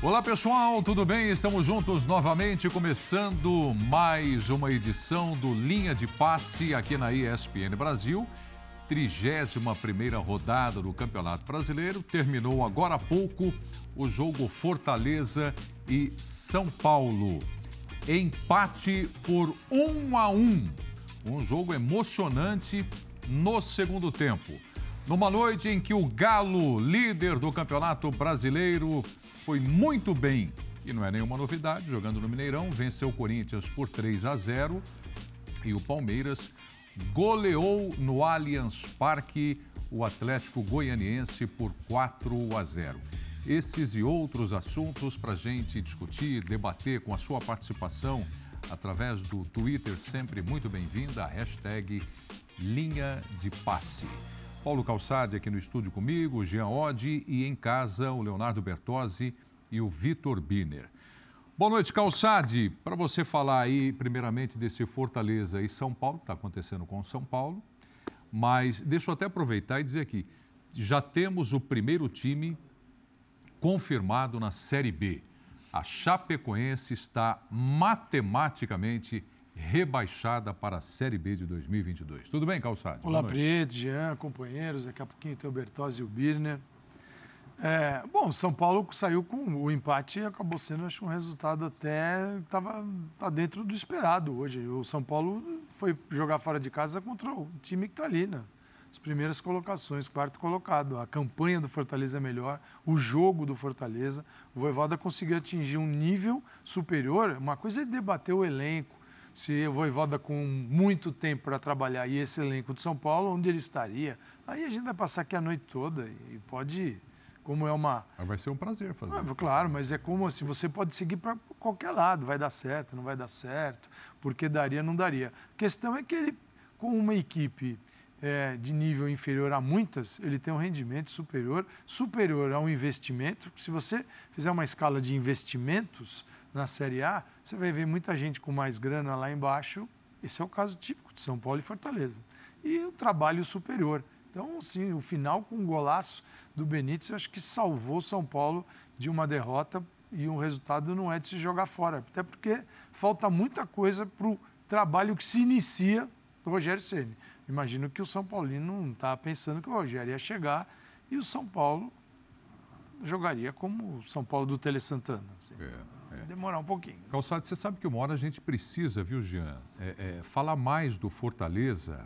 Olá pessoal, tudo bem? Estamos juntos novamente, começando mais uma edição do Linha de Passe aqui na ESPN Brasil. 31ª rodada do Campeonato Brasileiro. Terminou agora há pouco o jogo Fortaleza e São Paulo. Empate por 1-1. Um jogo emocionante no segundo tempo. Numa noite em que o Galo, líder do Campeonato Brasileiro, foi muito bem, e não é nenhuma novidade, jogando no Mineirão, venceu o Corinthians por 3-0 e o Palmeiras goleou no Allianz Parque o Atlético Goianiense por 4-0. Esses e outros assuntos para a gente discutir, debater com a sua participação através do Twitter, sempre muito bem-vinda, a hashtag Linha de Passe. Paulo Calçade aqui no estúdio comigo, o Jean Oddi e em casa o Leonardo Bertozzi e o Vitor Birner. Boa noite, Calçade. Para você falar aí, primeiramente, desse Fortaleza e São Paulo, que está acontecendo com o São Paulo, mas deixa eu até aproveitar e dizer aqui, já temos o primeiro time confirmado na Série B. A Chapecoense está matematicamente rebaixada para a Série B de 2022. Tudo bem, Calçade? Olá, Preto, Jean, companheiros. Daqui a pouquinho tem o Bertozzi e o Birner. Bom, São Paulo saiu com o empate e acabou sendo, acho, um resultado até tá dentro do esperado hoje. O São Paulo foi jogar fora de casa contra o time que está ali, né? As primeiras colocações, quarto colocado. A campanha do Fortaleza é melhor, o jogo do Fortaleza. O Vojvoda conseguiu atingir um nível superior. Uma coisa é debater o elenco, se o Vojvoda com muito tempo para trabalhar e esse elenco de São Paulo, onde ele estaria? Aí a gente vai passar aqui a noite toda e pode, como é uma... Vai ser um prazer fazer. Claro, mas é como assim, você pode seguir para qualquer lado, vai dar certo, não vai dar certo, porque daria, não daria. A questão é que ele, com uma equipe de nível inferior a muitas, ele tem um rendimento superior a um investimento. Se você fizer uma escala de investimentos na Série A, você vai ver muita gente com mais grana lá embaixo. Esse é o caso típico de São Paulo e Fortaleza. E o trabalho superior. Então, assim, o final com um golaço do Benítez, eu acho que salvou São Paulo de uma derrota e um resultado não é de se jogar fora. Até porque falta muita coisa para o trabalho que se inicia do Rogério Ceni. Imagino que o São Paulino não está pensando que o Rogério ia chegar e o São Paulo jogaria como o São Paulo do Tele Santana. Assim. Demorar um pouquinho. Calçado, você sabe que uma hora a gente precisa, viu, Jean, falar mais do Fortaleza.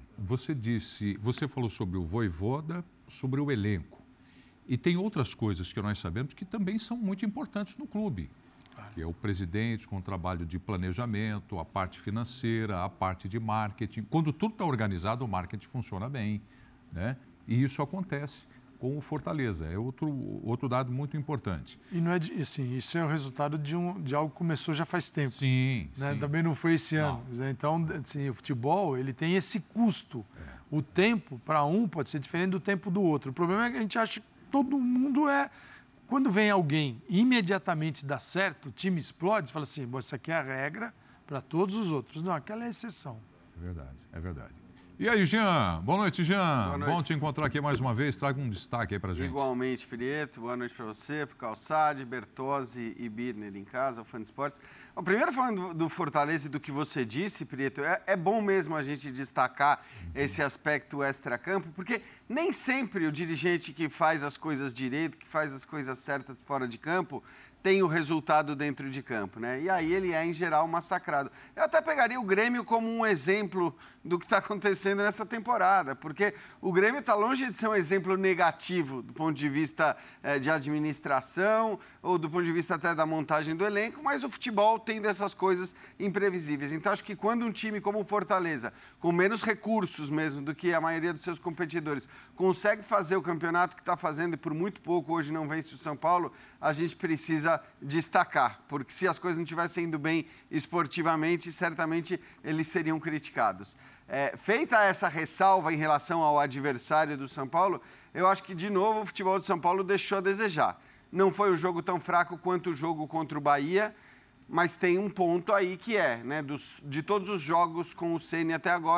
Você falou sobre o Vojvoda, sobre o elenco. E tem outras coisas que nós sabemos que também são muito importantes no clube. Claro. Que é o presidente com o trabalho de planejamento, a parte financeira, a parte de marketing. Quando tudo está organizado, o marketing funciona bem, né? E isso acontece com o Fortaleza. É outro dado muito importante. E não é assim, isso é o resultado de algo que começou já faz tempo. Sim, né? sim. Também não foi esse ano. Então, assim, o futebol ele tem esse custo. O tempo para um pode ser diferente do tempo do outro. O problema é que a gente acha que todo mundo Quando vem alguém e imediatamente dá certo, o time explode, você fala assim, isso aqui é a regra para todos os outros. Não, aquela é a exceção. É verdade, é verdade. E aí, Jean? Boa noite, Jean. Boa noite. Bom te encontrar aqui mais uma vez. Traga um destaque aí pra gente. Igualmente, Prieto. Boa noite para você, para o Calçade, Bertozzi e Birner em casa, o Fã de Esportes. Bom, primeiro, falando do Fortaleza e do que você disse, Prieto, é bom mesmo a gente destacar esse aspecto extracampo, porque nem sempre o dirigente que faz as coisas direito, que faz as coisas certas fora de campo, tem o resultado dentro de campo, né? E aí ele é, em geral, massacrado. Eu até pegaria o Grêmio como um exemplo do que está acontecendo nessa temporada, porque o Grêmio está longe de ser um exemplo negativo do ponto de vista de administração ou do ponto de vista até da montagem do elenco, mas o futebol tem dessas coisas imprevisíveis. Então, acho que quando um time como o Fortaleza, com menos recursos mesmo do que a maioria dos seus competidores, consegue fazer o campeonato que está fazendo e por muito pouco hoje não vence o São Paulo, a gente precisa destacar, porque se as coisas não estivessem indo bem esportivamente, certamente eles seriam criticados. Feita essa ressalva em relação ao adversário do São Paulo, eu acho que, de novo, o futebol de São Paulo deixou a desejar. Não foi um jogo tão fraco quanto o jogo contra o Bahia, mas tem um ponto aí que de todos os jogos com o Ceni até agora,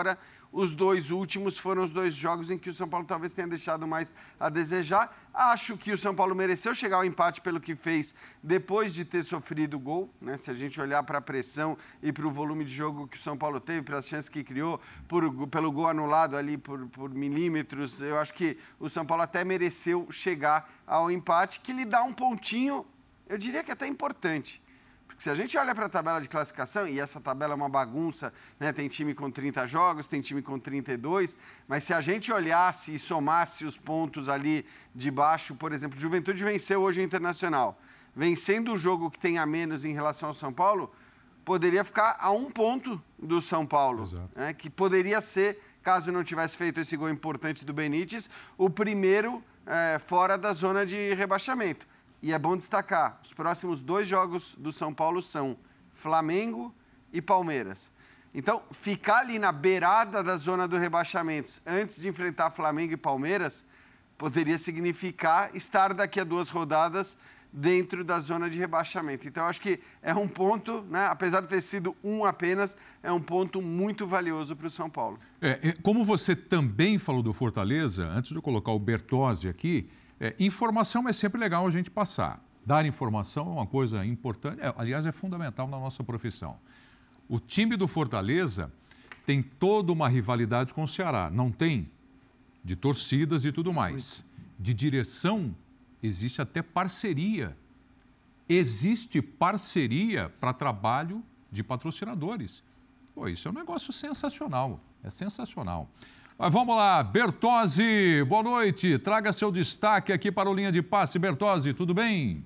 os 2 últimos foram os 2 jogos em que o São Paulo talvez tenha deixado mais a desejar. Acho que o São Paulo mereceu chegar ao empate pelo que fez depois de ter sofrido o gol, né? Se a gente olhar para a pressão e para o volume de jogo que o São Paulo teve, para as chances que criou, pelo gol anulado ali por milímetros, eu acho que o São Paulo até mereceu chegar ao empate, que lhe dá um pontinho, eu diria que até importante. Porque se a gente olha para a tabela de classificação, e essa tabela é uma bagunça, né? Tem time com 30 jogos, tem time com 32, mas se a gente olhasse e somasse os pontos ali de baixo, por exemplo, Juventude venceu hoje o Internacional. Vencendo o jogo que tem a menos em relação ao São Paulo, poderia ficar a 1 ponto do São Paulo, né? Que poderia ser, caso não tivesse feito esse gol importante do Benítez, o primeiro fora da zona de rebaixamento. E é bom destacar, os próximos 2 jogos do São Paulo são Flamengo e Palmeiras. Então, ficar ali na beirada da zona do rebaixamento, antes de enfrentar Flamengo e Palmeiras, poderia significar estar daqui a 2 rodadas dentro da zona de rebaixamento. Então, eu acho que é um ponto, né, apesar de ter sido 1 apenas, é um ponto muito valioso para o São Paulo. Como você também falou do Fortaleza, antes de eu colocar o Bertozzi aqui, informação é sempre legal a gente passar. Dar informação é uma coisa importante, aliás, é fundamental na nossa profissão. O time do Fortaleza tem toda uma rivalidade com o Ceará, não tem? De torcidas e tudo mais. De direção, existe até parceria. Existe parceria para trabalho de patrocinadores. Pô, isso é um negócio sensacional, é sensacional. Mas vamos lá, Bertozzi, boa noite. Traga seu destaque aqui para o Linha de Passe. Bertozzi, tudo bem?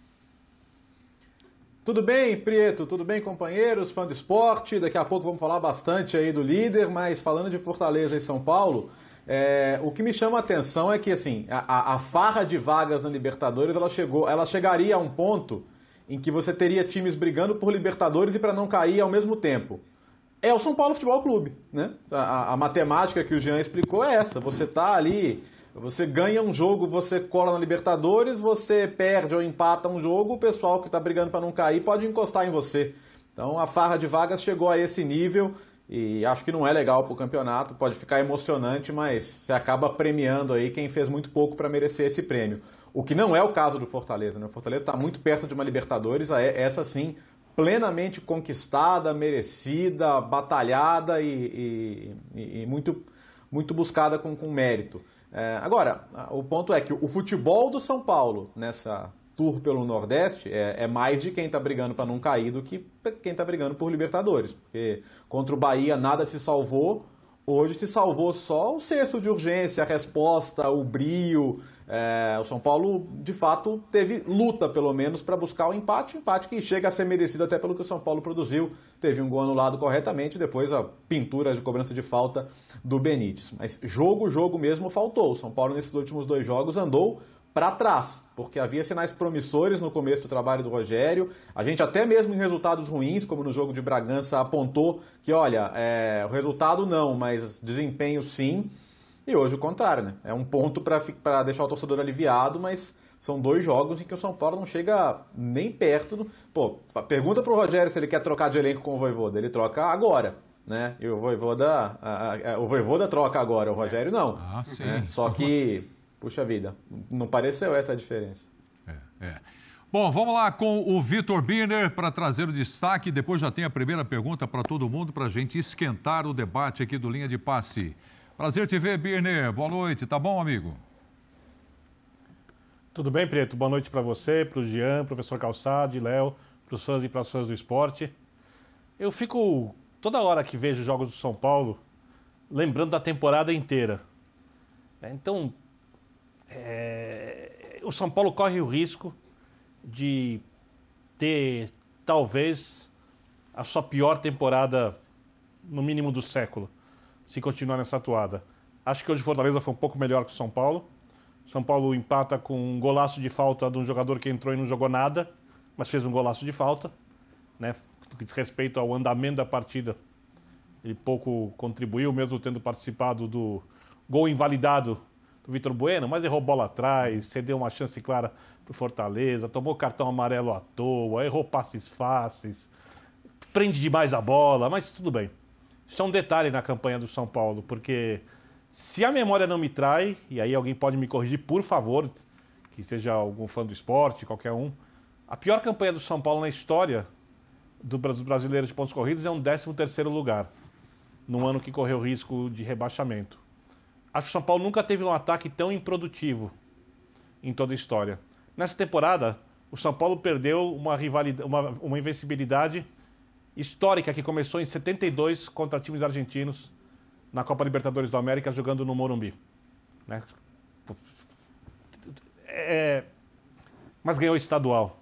Tudo bem, Prieto? Tudo bem, companheiros? Fã do esporte. Daqui a pouco vamos falar bastante aí do líder, mas falando de Fortaleza e São Paulo, o que me chama a atenção é que assim, a farra de vagas na Libertadores, ela chegaria a um ponto em que você teria times brigando por Libertadores e para não cair ao mesmo tempo. É o São Paulo Futebol Clube, né? A matemática que o Jean explicou é essa. Você está ali, você ganha um jogo, você cola na Libertadores, você perde ou empata um jogo, o pessoal que está brigando para não cair pode encostar em você. Então a farra de vagas chegou a esse nível e acho que não é legal para o campeonato, pode ficar emocionante, mas você acaba premiando aí quem fez muito pouco para merecer esse prêmio. O que não é o caso do Fortaleza, né? O Fortaleza está muito perto de uma Libertadores, essa sim, plenamente conquistada, merecida, batalhada e muito, muito buscada com mérito. Agora, o ponto é que o futebol do São Paulo nessa tour pelo Nordeste é mais de quem está brigando para não cair do que quem está brigando por Libertadores. Porque contra o Bahia nada se salvou, hoje se salvou só o senso de urgência, a resposta, o brio. O São Paulo, de fato, teve luta, pelo menos, para buscar o empate que chega a ser merecido até pelo que o São Paulo produziu. Teve um gol anulado corretamente, depois a pintura de cobrança de falta do Benítez. Mas jogo mesmo faltou. O São Paulo, nesses últimos 2 jogos, andou para trás, porque havia sinais promissores no começo do trabalho do Rogério. A gente até mesmo em resultados ruins, como no jogo de Bragança, apontou que, olha, o resultado não, mas desempenho sim. E hoje o contrário, né? É um ponto para deixar o torcedor aliviado, mas são 2 jogos em que o São Paulo não chega nem perto. Pergunta para o Rogério se ele quer trocar de elenco com o Vojvoda. Ele troca agora, né? E o Vojvoda troca agora, o Rogério não. Sim. Né? Só que, puxa vida, não pareceu essa a diferença. Bom, vamos lá com o Vitor Birner para trazer o destaque. Depois já tem a primeira pergunta para todo mundo, para a gente esquentar o debate aqui do Linha de Passe. Prazer te ver, Birner. Boa noite. Tá bom, amigo? Tudo bem, Preto? Boa noite para você, para o Jean, professor Calçade, Léo, para os fãs e para as fãs do esporte. Eu fico, toda hora que vejo jogos do São Paulo, lembrando da temporada inteira. Então, o São Paulo corre o risco de ter, talvez, a sua pior temporada, no mínimo do século, se continuar nessa atuada. Acho que hoje o Fortaleza foi um pouco melhor que o São Paulo. O São Paulo empata com um golaço de falta de um jogador que entrou e não jogou nada, mas fez um golaço de falta, né? No que diz respeito ao andamento da partida, ele pouco contribuiu, mesmo tendo participado do gol invalidado do Vitor Bueno, mas errou bola atrás, cedeu uma chance clara para o Fortaleza, tomou cartão amarelo à toa, errou passes fáceis, prende demais a bola, mas tudo bem. Isso é um detalhe na campanha do São Paulo, porque se a memória não me trai, e aí alguém pode me corrigir, por favor, que seja algum fã do esporte, qualquer um, a pior campanha do São Paulo na história dos brasileiros de pontos corridos é um 13º lugar, num ano que correu risco de rebaixamento. Acho que o São Paulo nunca teve um ataque tão improdutivo em toda a história. Nessa temporada, o São Paulo perdeu uma invencibilidade histórica que começou em 72 contra times argentinos na Copa Libertadores da América, jogando no Morumbi. Né? Mas ganhou o estadual.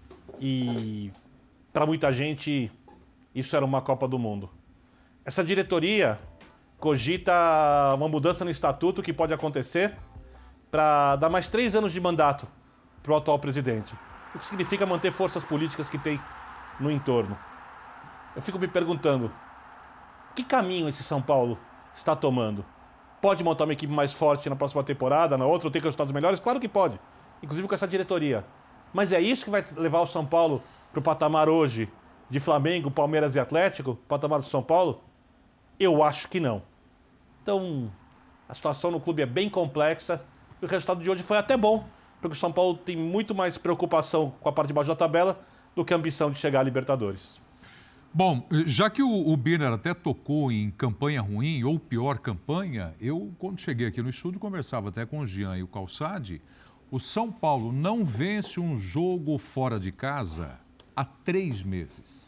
E para muita gente, isso era uma Copa do Mundo. Essa diretoria cogita uma mudança no estatuto que pode acontecer para dar mais 3 anos de mandato para o atual presidente. O que significa manter forças políticas que tem no entorno. Eu fico me perguntando, que caminho esse São Paulo está tomando? Pode montar uma equipe mais forte na próxima temporada, na outra, ou ter resultados melhores? Claro que pode, inclusive com essa diretoria. Mas é isso que vai levar o São Paulo para o patamar hoje de Flamengo, Palmeiras e Atlético? Patamar do São Paulo? Eu acho que não. Então, a situação no clube é bem complexa. E o resultado de hoje foi até bom, porque o São Paulo tem muito mais preocupação com a parte de baixo da tabela do que a ambição de chegar à Libertadores. Bom, já que o Birner até tocou em campanha ruim ou pior campanha, eu, quando cheguei aqui no estúdio, conversava até com o Jean e o Calçade. O São Paulo não vence um jogo fora de casa há 3 meses.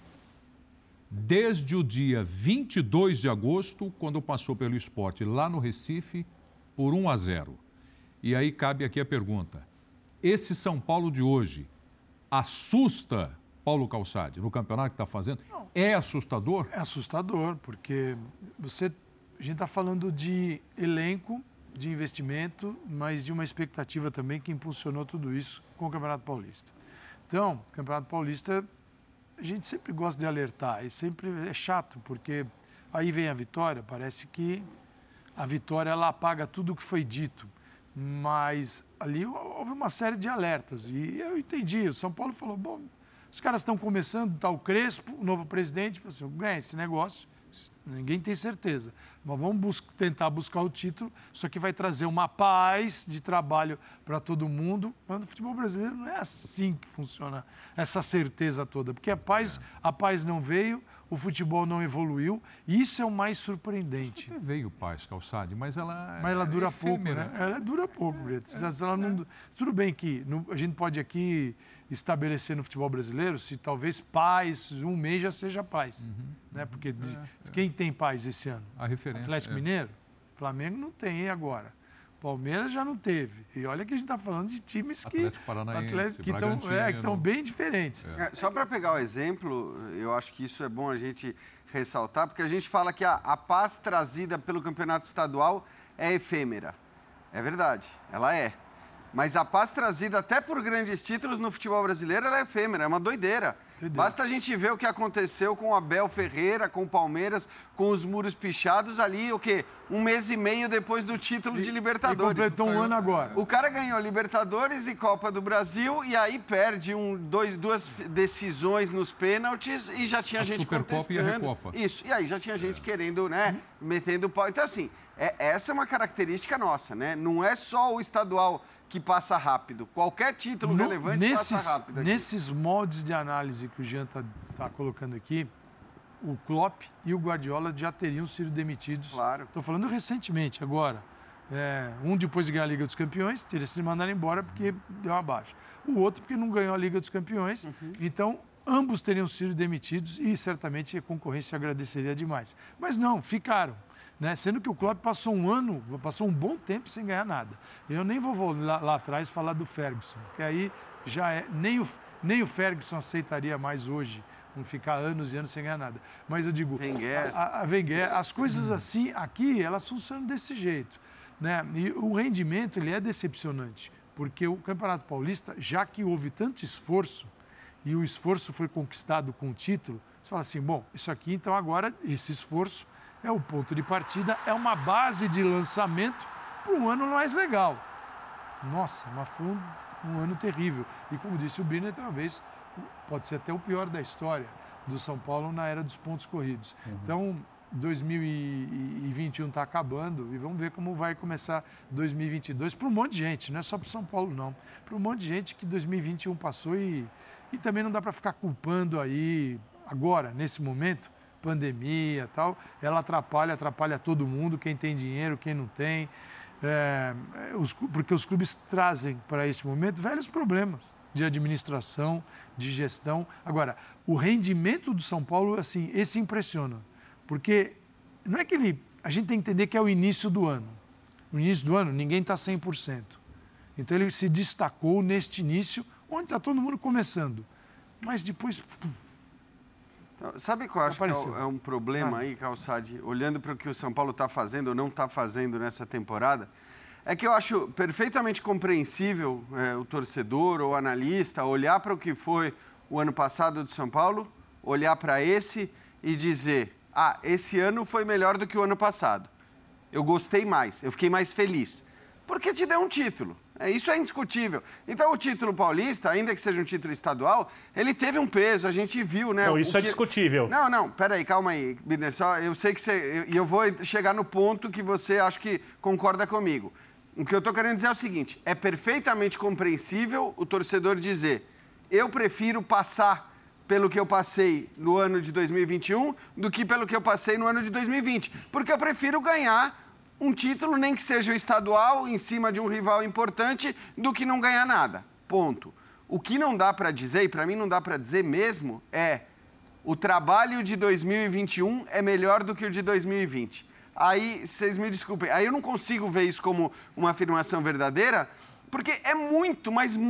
Desde o dia 22 de agosto, quando passou pelo Sport lá no Recife, por 1-0. E aí cabe aqui a pergunta. Esse São Paulo de hoje assusta Paulo Calçade no campeonato que está fazendo? Não. É assustador? É assustador, porque a gente está falando de elenco, de investimento, mas de uma expectativa também que impulsionou tudo isso com o Campeonato Paulista. Então, o Campeonato Paulista, a gente sempre gosta de alertar, e sempre é chato, porque aí vem a vitória, parece que a vitória ela apaga tudo o que foi dito, mas ali houve uma série de alertas, e eu entendi, o São Paulo falou, bom, os caras estão começando, está o Crespo, o novo presidente, falou assim, ganha esse negócio, ninguém tem certeza, mas vamos tentar buscar o título, isso aqui vai trazer uma paz de trabalho para todo mundo, mas no futebol brasileiro não é assim que funciona essa certeza toda, porque a paz não veio, o futebol não evoluiu, e isso é o mais surpreendente. Até veio paz, Calçade, mas ela dura pouco, né? Ela dura pouco, Brito. Tudo bem que a gente pode aqui estabelecer no futebol brasileiro se talvez paz, 1 mês já seja paz. Né? Porque quem tem paz esse ano? A referência. Atlético Mineiro? Flamengo não tem, e agora? Palmeiras já não teve. E olha que a gente está falando de times Atlético Paranaense, que estão bem diferentes. Só para pegar o exemplo, eu acho que isso é bom a gente ressaltar, porque a gente fala que a paz trazida pelo campeonato estadual é efêmera. É verdade, ela é. Mas a paz trazida até por grandes títulos no futebol brasileiro, ela é efêmera, é uma doideira. Basta a gente ver o que aconteceu com o Abel Ferreira, com o Palmeiras, com os muros pichados ali, 1 mês e meio depois do título de Libertadores. E completou 1 ano agora. O cara ganhou Libertadores e Copa do Brasil e aí perde 2 decisões nos pênaltis e já tinha gente contestando. E a Recopa. Isso, e aí já tinha gente querendo, né, metendo pau. Então, assim, essa é uma característica nossa, né? Não é só o estadual que passa rápido. Qualquer título relevante passa rápido. Nesses moldes de análise que o Jean está colocando aqui, o Klopp e o Guardiola já teriam sido demitidos. Claro. Estou falando recentemente, agora. Um depois de ganhar a Liga dos Campeões, teria se mandado embora porque deu uma baixa. O outro porque não ganhou a Liga dos Campeões. Então, ambos teriam sido demitidos e certamente a concorrência agradeceria demais. Mas não, ficaram. Né? Sendo que o Klopp passou um bom tempo sem ganhar nada. Eu nem vou lá atrás falar do Ferguson, que aí já nem o Ferguson aceitaria mais hoje, não ficar anos e anos sem ganhar nada. Mas eu digo, Wenger, as coisas assim, aqui, elas funcionam desse jeito. Né? E o rendimento, ele é decepcionante, porque o Campeonato Paulista, já que houve tanto esforço, e o esforço foi conquistado com o título, você fala assim, bom, isso aqui, então agora, esse esforço é o ponto de partida, é uma base de lançamento para um ano mais legal. Nossa, mas foi um ano terrível. E como disse o Birner, talvez pode ser até o pior da história do São Paulo na era dos pontos corridos. Então, 2021 está acabando e vamos ver como vai começar 2022 para um monte de gente, não é só para o São Paulo, não. Para um monte de gente que 2021 passou e também não dá para ficar culpando aí agora, nesse momento, pandemia e tal. Ela atrapalha todo mundo, quem tem dinheiro, quem não tem. Porque os clubes trazem para esse momento velhos problemas de administração, de gestão. Agora, o rendimento do São Paulo, assim, esse impressiona. Porque não é que a gente tem que entender que é o início do ano. No início do ano, ninguém está 100%. Então, ele se destacou neste início, onde está todo mundo começando. Mas depois... Sabe qual eu acho que é um problema aí, Calçade, olhando para o que o São Paulo está fazendo ou não está fazendo nessa temporada? É que eu acho perfeitamente compreensível o torcedor ou o analista olhar para o que foi o ano passado do São Paulo, olhar para esse e dizer... esse ano foi melhor do que o ano passado. Eu gostei mais, eu fiquei mais feliz. Porque te deu um título. Isso é indiscutível. Então, o título paulista, ainda que seja um título estadual, ele teve um peso, a gente viu, né? Não, isso é discutível. Não, peraí, calma aí, Birner. Eu sei que você... E eu vou chegar no ponto que você acho que concorda comigo. O que eu estou querendo dizer é o seguinte, é perfeitamente compreensível o torcedor dizer eu prefiro passar pelo que eu passei no ano de 2021 do que pelo que eu passei no ano de 2020. Porque eu prefiro ganhar um título, nem que seja o estadual, em cima de um rival importante, do que não ganhar nada. Ponto. O que não dá para dizer, e para mim não dá para dizer mesmo, é o trabalho de 2021 é melhor do que o de 2020. Aí, vocês me desculpem, aí eu não consigo ver isso como uma afirmação verdadeira, porque é muito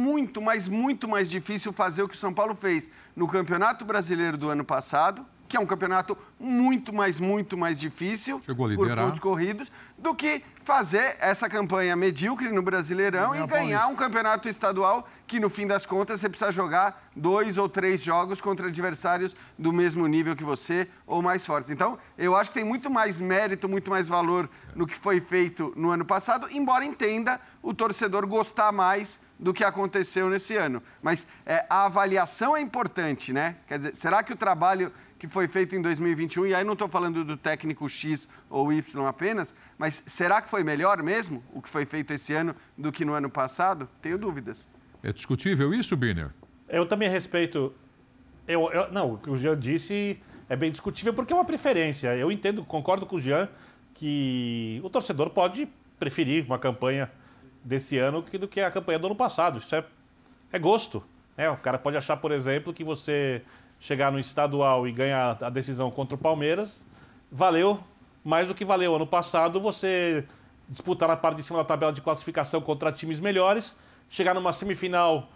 mais difícil fazer o que o São Paulo fez no Campeonato Brasileiro do ano passado, que é um campeonato muito mais difícil por pontos corridos, do que fazer essa campanha medíocre no Brasileirão e ganhar um campeonato estadual que, no fim das contas, você precisa jogar 2 ou 3 jogos contra adversários do mesmo nível que você ou mais fortes. Então, eu acho que tem muito mais mérito, muito mais valor no que foi feito no ano passado, embora entenda o torcedor gostar mais do que aconteceu nesse ano. Mas a avaliação é importante, né? Quer dizer, será que o trabalho que foi feito em 2021, e aí não estou falando do técnico X ou Y apenas, mas será que foi melhor mesmo o que foi feito esse ano do que no ano passado? Tenho dúvidas. É discutível isso, Birner? Eu também respeito... Não, o que o Jean disse é bem discutível porque é uma preferência. Eu entendo, concordo com o Jean que o torcedor pode preferir uma campanha desse ano do que a campanha do ano passado. Isso é gosto. Né? O cara pode achar, por exemplo, que você chegar no estadual e ganhar a decisão contra o Palmeiras valeu mais do que valeu ano passado você disputar na parte de cima da tabela de classificação contra times melhores, chegar numa semifinal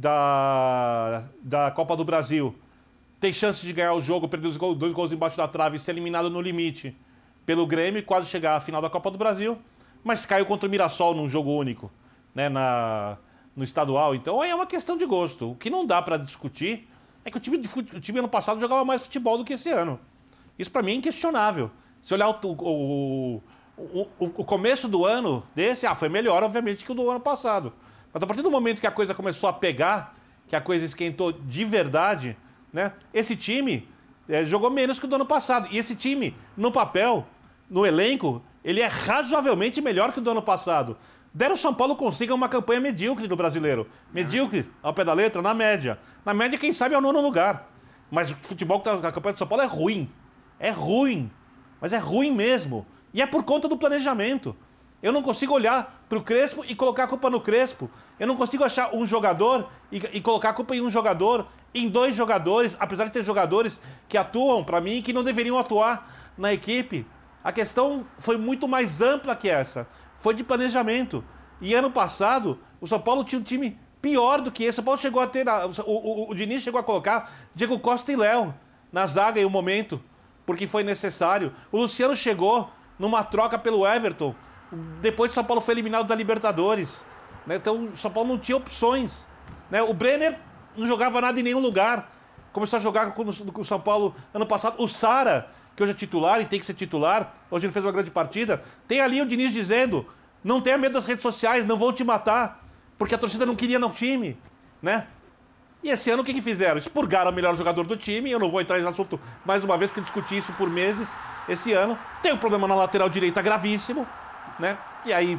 da Copa do Brasil, ter chance de ganhar o jogo, perder os 2 gols embaixo da trave e ser eliminado no limite pelo Grêmio, quase chegar à final da Copa do Brasil, mas caiu contra o Mirassol num jogo único, né, no estadual. Então é uma questão de gosto. O que não dá para discutir é que o time ano passado jogava mais futebol do que esse ano. Isso para mim é inquestionável. Se olhar o começo do ano desse, foi melhor, obviamente, que o do ano passado. Mas a partir do momento que a coisa começou a pegar, que a coisa esquentou de verdade, né, esse time jogou menos que o do ano passado. E esse time, no papel, no elenco, ele é razoavelmente melhor que o do ano passado. O São Paulo consiga uma campanha medíocre no Brasileiro. Medíocre, ao pé da letra, na média. Na média, quem sabe, é o 9º lugar. Mas o futebol da campanha do São Paulo é ruim. É ruim. Mas é ruim mesmo. E é por conta do planejamento. Eu não consigo olhar para o Crespo e colocar a culpa no Crespo. Eu não consigo achar um jogador e colocar a culpa em um jogador, em 2 jogadores, apesar de ter jogadores que atuam, para mim, que não deveriam atuar na equipe. A questão foi muito mais ampla que essa. Foi de planejamento. E ano passado, o São Paulo tinha um time pior do que esse. O São Paulo chegou a ter... O Diniz chegou a colocar Diego Costa e Léo na zaga em um momento, porque foi necessário. O Luciano chegou numa troca pelo Everton, depois que o São Paulo foi eliminado da Libertadores. Né? Então, o São Paulo não tinha opções. Né? O Brenner não jogava nada em nenhum lugar. Começou a jogar com o São Paulo ano passado. O Sara, que hoje é titular e tem que ser titular, hoje ele fez uma grande partida. Tem ali o Diniz dizendo, não tenha medo das redes sociais, não vão te matar, porque a torcida não queria no time, né? E esse ano o que fizeram? Expurgaram o melhor jogador do time. Eu não vou entrar nesse assunto mais uma vez, porque eu discuti isso por meses esse ano. Tem um problema na lateral direita gravíssimo, né? E aí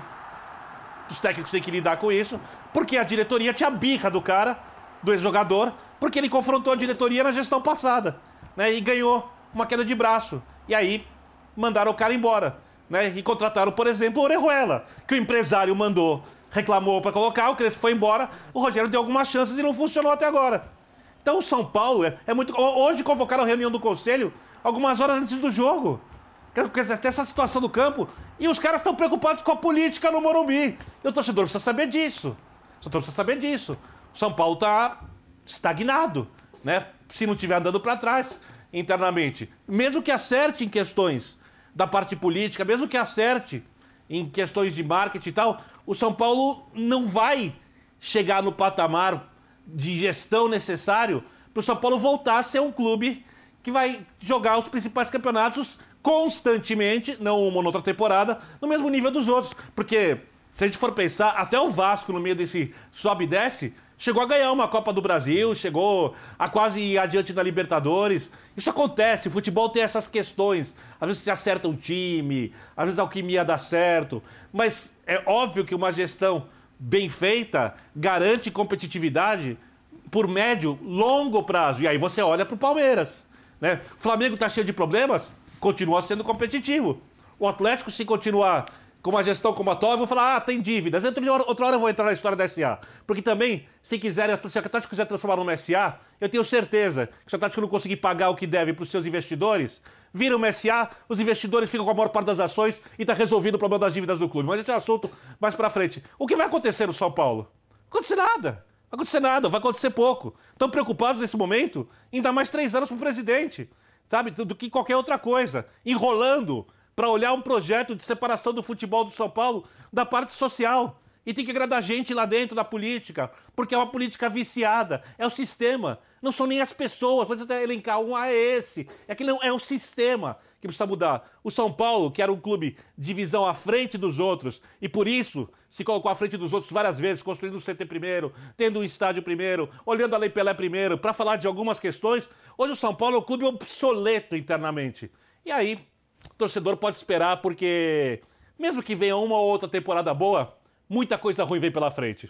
os técnicos têm que lidar com isso, porque a diretoria tinha birra do cara, do ex-jogador, porque ele confrontou a diretoria na gestão passada, né? E ganhou uma queda de braço. E aí mandaram o cara embora, né? E contrataram, por exemplo, o Orejuela, que o empresário mandou, reclamou para colocar, o Crespo foi embora, o Rogério deu algumas chances e não funcionou até agora. Então o São Paulo é muito... Hoje convocaram a reunião do Conselho algumas horas antes do jogo. Quer dizer, tem essa situação do campo e os caras estão preocupados com a política no Morumbi. E o torcedor precisa saber disso. O torcedor precisa saber disso. O São Paulo está estagnado, né? Se não estiver andando para trás internamente. Mesmo que acerte em questões da parte política, mesmo que acerte em questões de marketing e tal, o São Paulo não vai chegar no patamar de gestão necessário para o São Paulo voltar a ser um clube que vai jogar os principais campeonatos constantemente, não uma outra temporada, no mesmo nível dos outros. Porque, se a gente for pensar, até o Vasco, no meio desse sobe e desce, chegou a ganhar uma Copa do Brasil, chegou a quase ir adiante na Libertadores. Isso acontece, o futebol tem essas questões. Às vezes se acerta um time, às vezes a alquimia dá certo. Mas é óbvio que uma gestão bem feita garante competitividade por médio, longo prazo. E aí você olha para o Palmeiras, né? O Flamengo está cheio de problemas, continua sendo competitivo. O Atlético, se continuar com uma gestão como a atual, eu vou falar, tem dívidas. Outra hora eu vou entrar na história da SA. Porque também, se o Atlético quiser transformar numa SA, eu tenho certeza que se o Atlético não conseguir pagar o que deve para os seus investidores, vira uma SA, os investidores ficam com a maior parte das ações e está resolvido o problema das dívidas do clube. Mas esse é um assunto mais para frente. O que vai acontecer no São Paulo? Não vai acontecer nada. Vai acontecer nada, vai acontecer pouco. Estão preocupados nesse momento em dar mais 3 anos para o presidente, sabe? Do que qualquer outra coisa. Enrolando para olhar um projeto de separação do futebol do São Paulo da parte social. E tem que agradar gente lá dentro da política, porque é uma política viciada, é o sistema. Não são nem as pessoas, pode até elencar esse. É que não, é o sistema que precisa mudar. O São Paulo, que era um clube de visão à frente dos outros, e por isso se colocou à frente dos outros várias vezes, construindo um CT primeiro, tendo um estádio primeiro, olhando a Lei Pelé primeiro, para falar de algumas questões. Hoje o São Paulo é um clube obsoleto internamente. E aí, o torcedor pode esperar, porque mesmo que venha uma ou outra temporada boa, muita coisa ruim vem pela frente.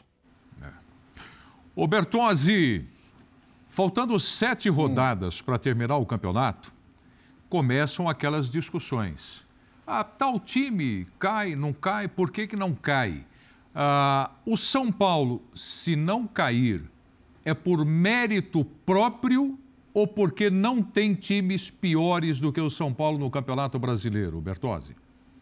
Ô Bertozzi, faltando 7 rodadas para terminar o campeonato, começam aquelas discussões. Tal time cai, não cai, por que não cai? O São Paulo, se não cair, é por mérito próprio ou porque não tem times piores do que o São Paulo no Campeonato Brasileiro, Bertozzi?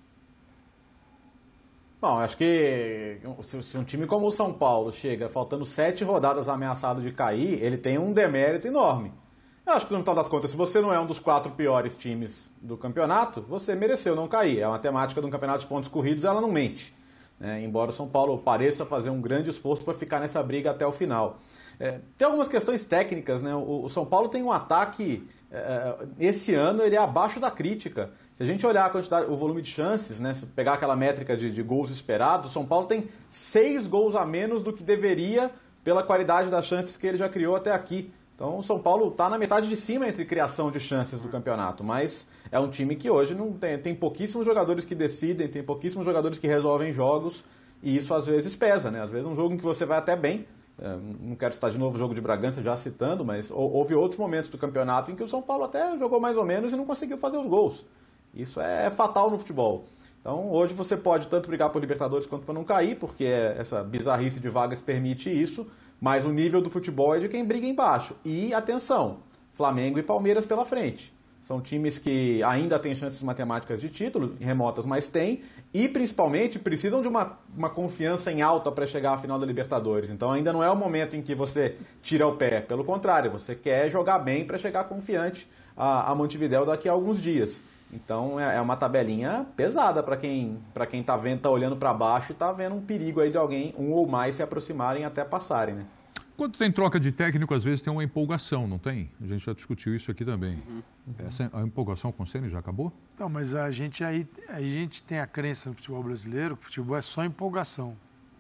Bom, acho que se um time como o São Paulo chega faltando 7 rodadas ameaçado de cair, ele tem um demérito enorme. Eu acho que no final das contas, se você não é um dos 4 piores times do campeonato, você mereceu não cair. A matemática de um campeonato de pontos corridos, ela não mente. Embora o São Paulo pareça fazer um grande esforço para ficar nessa briga até o final. Tem algumas questões técnicas, né? O São Paulo tem um ataque, esse ano ele é abaixo da crítica. Se a gente olhar a quantidade, o volume de chances, né? Se pegar aquela métrica de gols esperados, o São Paulo tem 6 gols a menos do que deveria pela qualidade das chances que ele já criou até aqui. Então o São Paulo está na metade de cima entre criação de chances do campeonato, mas é um time que hoje não tem pouquíssimos jogadores que decidem, tem pouquíssimos jogadores que resolvem jogos, e isso às vezes pesa, né? Às vezes um jogo em que você vai até bem, não quero citar de novo o jogo de Bragança já citando, mas houve outros momentos do campeonato em que o São Paulo até jogou mais ou menos e não conseguiu fazer os gols. Isso é fatal no futebol. Então hoje você pode tanto brigar por Libertadores quanto para não cair, porque essa bizarrice de vagas permite isso, mas o nível do futebol é de quem briga embaixo. E, atenção, Flamengo e Palmeiras pela frente. São times que ainda têm chances matemáticas de título, remotas, mas têm, e principalmente precisam de uma confiança em alta para chegar à final da Libertadores. Então ainda não é o momento em que você tira o pé. Pelo contrário, você quer jogar bem para chegar confiante a Montevidéu daqui a alguns dias. Então é uma tabelinha pesada para quem tá vendo, tá olhando para baixo e tá vendo um perigo aí de alguém, um ou mais, se aproximarem até passarem, né? Quando tem troca de técnico, às vezes tem uma empolgação, não tem? A gente já discutiu isso aqui também. A empolgação com o Ceni já acabou? Não, mas a gente tem a crença no futebol brasileiro que o futebol é só empolgação.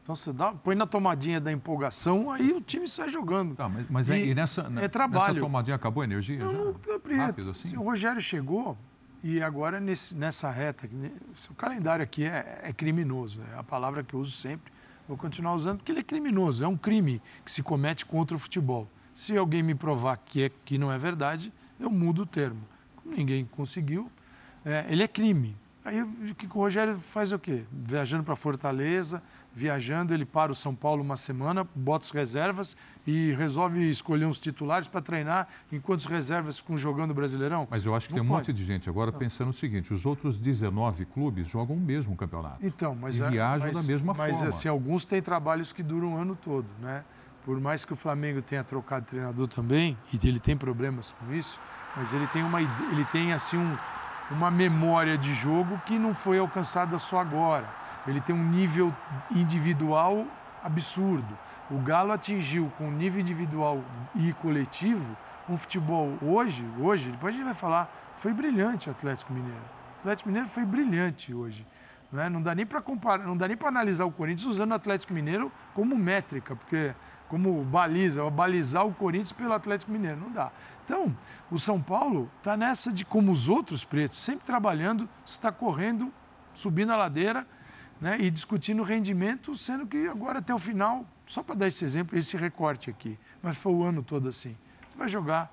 Então você põe na tomadinha da empolgação, aí o time sai jogando. Tá, mas nessa tomadinha acabou a energia? Não, rápido assim? O Rogério chegou e agora nessa reta, o calendário aqui é criminoso, é a palavra que eu uso sempre, vou continuar usando porque ele é criminoso, é um crime que se comete contra o futebol. Se alguém me provar que não é verdade, eu mudo o termo. Como ninguém conseguiu, ele é crime. Aí o que o Rogério faz o quê? Viajando para Fortaleza, ele para o São Paulo uma semana, bota as reservas e resolve escolher uns titulares para treinar enquanto os reservas ficam jogando o Brasileirão. Mas eu acho que tem um monte de gente agora pensando o seguinte, os outros 19 clubes jogam o mesmo campeonato. Então, e viajam da mesma forma. Mas assim, alguns têm trabalhos que duram o ano todo, né? Por mais que o Flamengo tenha trocado de treinador também, e ele tem problemas com isso, mas ele tem uma memória de jogo que não foi alcançada só agora. Ele tem um nível individual absurdo. O Galo atingiu, com nível individual e coletivo, um futebol hoje, depois a gente vai falar, foi brilhante o Atlético Mineiro. O Atlético Mineiro foi brilhante hoje. Não dá nem para comparar, não dá nem para analisar o Corinthians usando o Atlético Mineiro como métrica, porque como balizar o Corinthians pelo Atlético Mineiro, não dá. Então, o São Paulo está nessa de, como os outros pretos, sempre trabalhando, está correndo, subindo a ladeira, né, e discutindo rendimento, sendo que agora até o final, só para dar esse exemplo, esse recorte aqui, mas foi o ano todo assim. Você vai jogar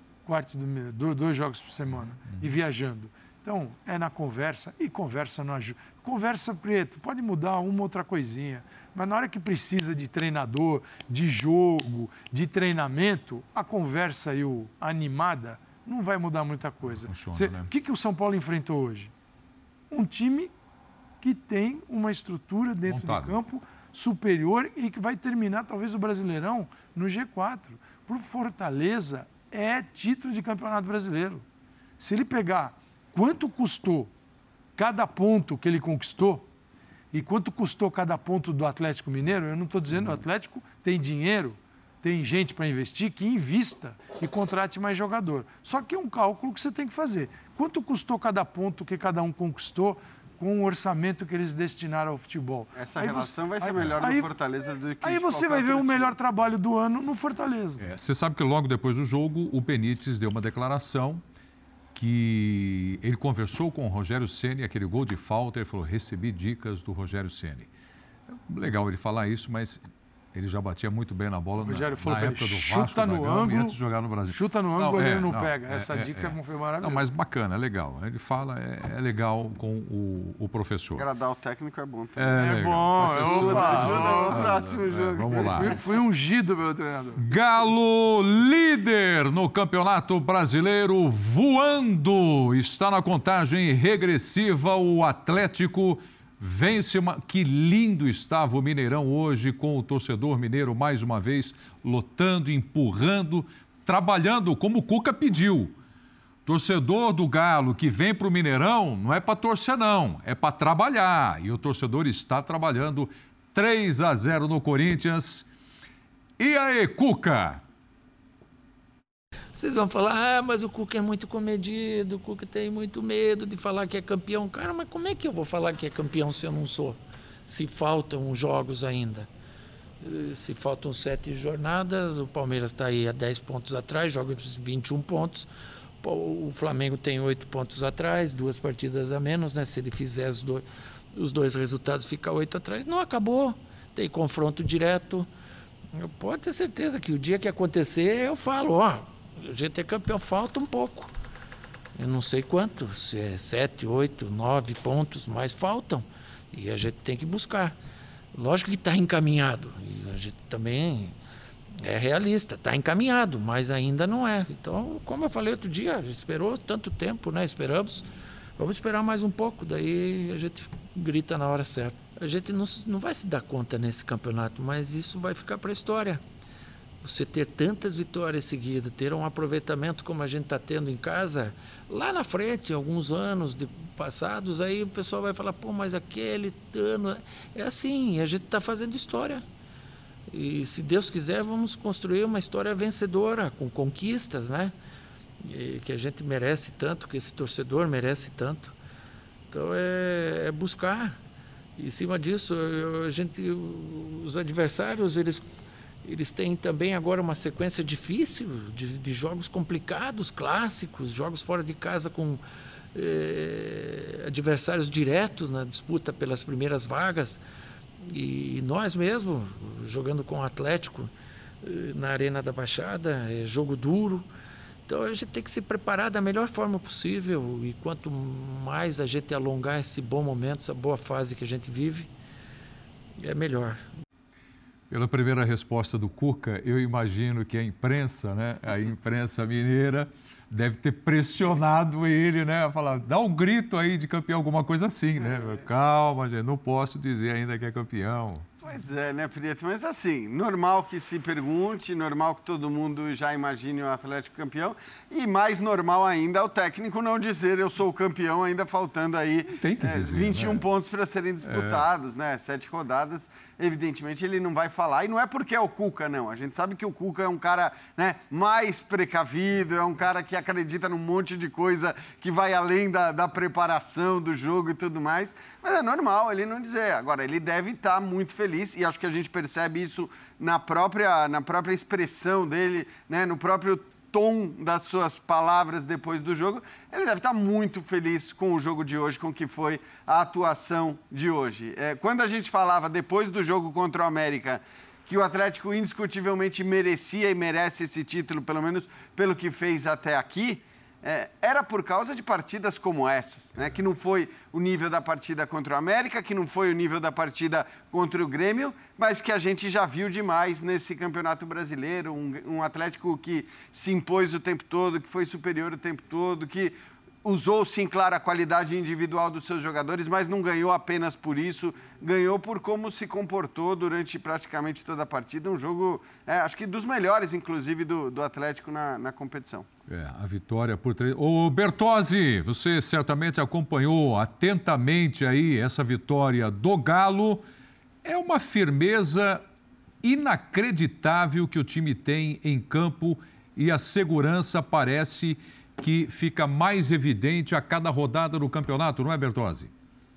2 jogos por semana e viajando. Então, é na conversa, e conversa não ajuda. Conversa, preto, pode mudar uma outra coisinha, mas na hora que precisa de treinador, de jogo, de treinamento, a conversa animada não vai mudar muita coisa. Funciona, né? O que o São Paulo enfrentou hoje? Um time que tem uma estrutura dentro do campo superior e que vai terminar, talvez, o Brasileirão no G4. Por Fortaleza, é título de Campeonato Brasileiro. Se ele pegar quanto custou cada ponto que ele conquistou e quanto custou cada ponto do Atlético Mineiro, eu não estou dizendo que o Atlético tem dinheiro, tem gente para investir, que invista e contrate mais jogador. Só que é um cálculo que você tem que fazer. Quanto custou cada ponto que cada um conquistou com o orçamento que eles destinaram ao futebol? Essa relação vai ser melhor no Fortaleza do que aí você vai ver o melhor trabalho do ano no Fortaleza. Você sabe que logo depois do jogo, o Benítez deu uma declaração que ele conversou com o Rogério Ceni, aquele gol de falta, ele falou, recebi dicas do Rogério Ceni. Legal ele falar isso, mas ele já batia muito bem na bola na época do Vasco da Gama e antes de jogar no Brasil. Chuta no ângulo, ele não pega. Essa dica foi maravilhosa. Não, mas bacana, é legal. Ele fala, é legal com o professor. Agradar o técnico é bom. É bom. Ajuda no próximo jogo. Vamos lá. Fui ungido pelo treinador. Galo líder no Campeonato Brasileiro, voando. Está na contagem regressiva o Atlético vence Que lindo estava o Mineirão hoje, com o torcedor mineiro mais uma vez lotando, empurrando, trabalhando como o Cuca pediu. Torcedor do Galo que vem para o Mineirão não é para torcer não, é para trabalhar. E o torcedor está trabalhando. 3-0 no Corinthians. E aí, Cuca? Vocês vão falar, mas o Cuca é muito comedido, o Cuca tem muito medo de falar que é campeão. Cara, mas como é que eu vou falar que é campeão se eu não sou? Se faltam jogos ainda. Se faltam 7 jornadas, o Palmeiras está aí a 10 pontos atrás, joga 21 pontos. O Flamengo tem 8 pontos atrás, 2 partidas a menos, né? Se ele fizer os dois resultados, fica 8 atrás. Não acabou, tem confronto direto. Pode ter certeza que o dia que acontecer, eu falo, a gente é campeão, falta um pouco. Eu não sei quanto, se é 7, 8, 9 pontos, mas faltam. E a gente tem que buscar. Lógico que está encaminhado. E a gente também é realista, está encaminhado, mas ainda não é. Então, como eu falei outro dia, a gente esperou tanto tempo, né? Esperamos. Vamos esperar mais um pouco, daí a gente grita na hora certa. A gente não vai se dar conta nesse campeonato, mas isso vai ficar para a história. Você ter tantas vitórias seguidas, ter um aproveitamento como a gente está tendo em casa, lá na frente, alguns anos passados, aí o pessoal vai falar, pô, mas aquele ano... É assim, a gente está fazendo história. E se Deus quiser, vamos construir uma história vencedora, com conquistas, né? E que a gente merece tanto, que esse torcedor merece tanto. Então é buscar. E, em cima disso, os adversários, eles têm também agora uma sequência difícil de jogos complicados, clássicos, jogos fora de casa com adversários diretos na disputa pelas primeiras vagas. E nós mesmo, jogando com o Atlético na Arena da Baixada, é jogo duro. Então a gente tem que se preparar da melhor forma possível, e quanto mais a gente alongar esse bom momento, essa boa fase que a gente vive, é melhor. Pela primeira resposta do Cuca, eu imagino que a imprensa, né, a imprensa mineira, deve ter pressionado ele, né, a falar, dá um grito aí de campeão, alguma coisa assim, né? Calma, gente, não posso dizer ainda que é campeão. Pois é, né, Prieto? Mas assim, normal que se pergunte, normal que todo mundo já imagine o Atlético campeão, e mais normal ainda o técnico não dizer eu sou o campeão, ainda faltando aí Tem que dizer, 21 né? pontos para serem disputados, né? 7 rodadas, evidentemente ele não vai falar, e não é porque é o Cuca, não. A gente sabe que o Cuca é um cara, né, mais precavido, é um cara que acredita num monte de coisa que vai além da preparação do jogo e tudo mais, mas é normal ele não dizer. Agora, ele deve estar muito feliz, e acho que a gente percebe isso na própria expressão dele, né, no próprio tom das suas palavras depois do jogo. Ele deve estar muito feliz com o jogo de hoje, com o que foi a atuação de hoje. Quando a gente falava depois do jogo contra o América que o Atlético indiscutivelmente merecia e merece esse título, pelo menos pelo que fez até aqui, era por causa de partidas como essas, né? Que não foi o nível da partida contra o América, que não foi o nível da partida contra o Grêmio, mas que a gente já viu demais nesse Campeonato Brasileiro, um Atlético que se impôs o tempo todo, que foi superior o tempo todo, que usou, sim, claro, a qualidade individual dos seus jogadores, mas não ganhou apenas por isso, ganhou por como se comportou durante praticamente toda a partida. Um jogo, acho que dos melhores, inclusive, do Atlético na competição. A vitória por 3... Ô, Bertozzi, você certamente acompanhou atentamente aí essa vitória do Galo. É uma firmeza inacreditável que o time tem em campo, e a segurança parece que fica mais evidente a cada rodada do campeonato, não é, Bertozzi?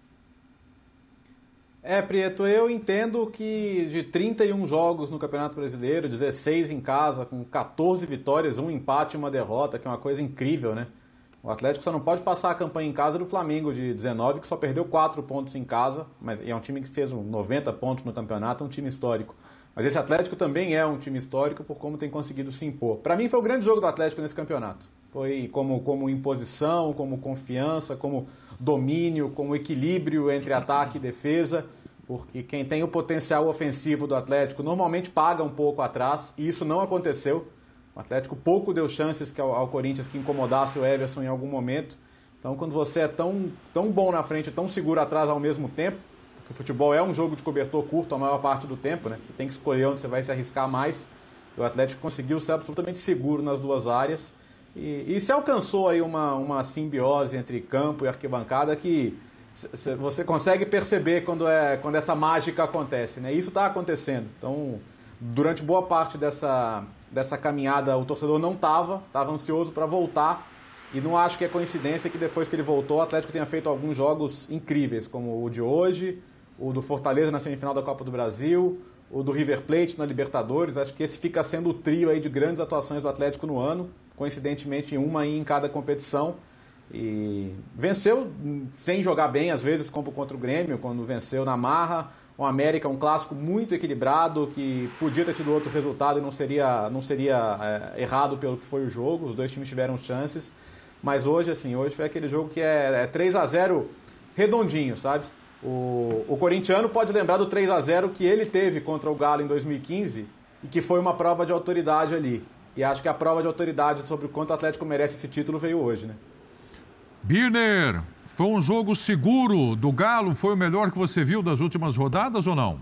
Prieto, eu entendo que de 31 jogos no Campeonato Brasileiro, 16 em casa, com 14 vitórias, um empate e uma derrota, que é uma coisa incrível, né? O Atlético só não pode passar a campanha em casa do Flamengo de 19, que só perdeu 4 pontos em casa, mas é um time que fez 90 pontos no campeonato, é um time histórico. Mas esse Atlético também é um time histórico por como tem conseguido se impor. Para mim foi o grande jogo do Atlético nesse campeonato. Foi como imposição, como confiança, como domínio, como equilíbrio entre ataque e defesa, porque quem tem o potencial ofensivo do Atlético normalmente paga um pouco atrás, e isso não aconteceu. O Atlético pouco deu chances ao Corinthians que incomodasse o Everson em algum momento. Então, quando você é tão bom na frente e tão seguro atrás ao mesmo tempo, porque o futebol é um jogo de cobertor curto a maior parte do tempo, né? Você tem que escolher onde você vai se arriscar mais. O Atlético conseguiu ser absolutamente seguro nas duas áreas. E se alcançou aí uma simbiose entre campo e arquibancada que você consegue perceber quando essa mágica acontece, né? Isso está acontecendo. Então, durante boa parte dessa caminhada, o torcedor não estava ansioso para voltar, e não acho que é coincidência que depois que ele voltou, o Atlético tenha feito alguns jogos incríveis, como o de hoje, o do Fortaleza na semifinal da Copa do Brasil, o do River Plate na Libertadores. Acho que esse fica sendo o trio aí de grandes atuações do Atlético no ano, coincidentemente uma aí em cada competição, e venceu sem jogar bem, às vezes, como contra o Grêmio, quando venceu na marra. O América, um clássico muito equilibrado, que podia ter tido outro resultado e não seria errado pelo que foi o jogo. Os dois times tiveram chances, mas hoje foi aquele jogo que é 3-0 redondinho, sabe? O corintiano pode lembrar do 3-0 que ele teve contra o Galo em 2015 e que foi uma prova de autoridade ali. E acho que a prova de autoridade sobre o quanto o Atlético merece esse título veio hoje, né? Birner, foi um jogo seguro do Galo? Foi o melhor que você viu das últimas rodadas ou não?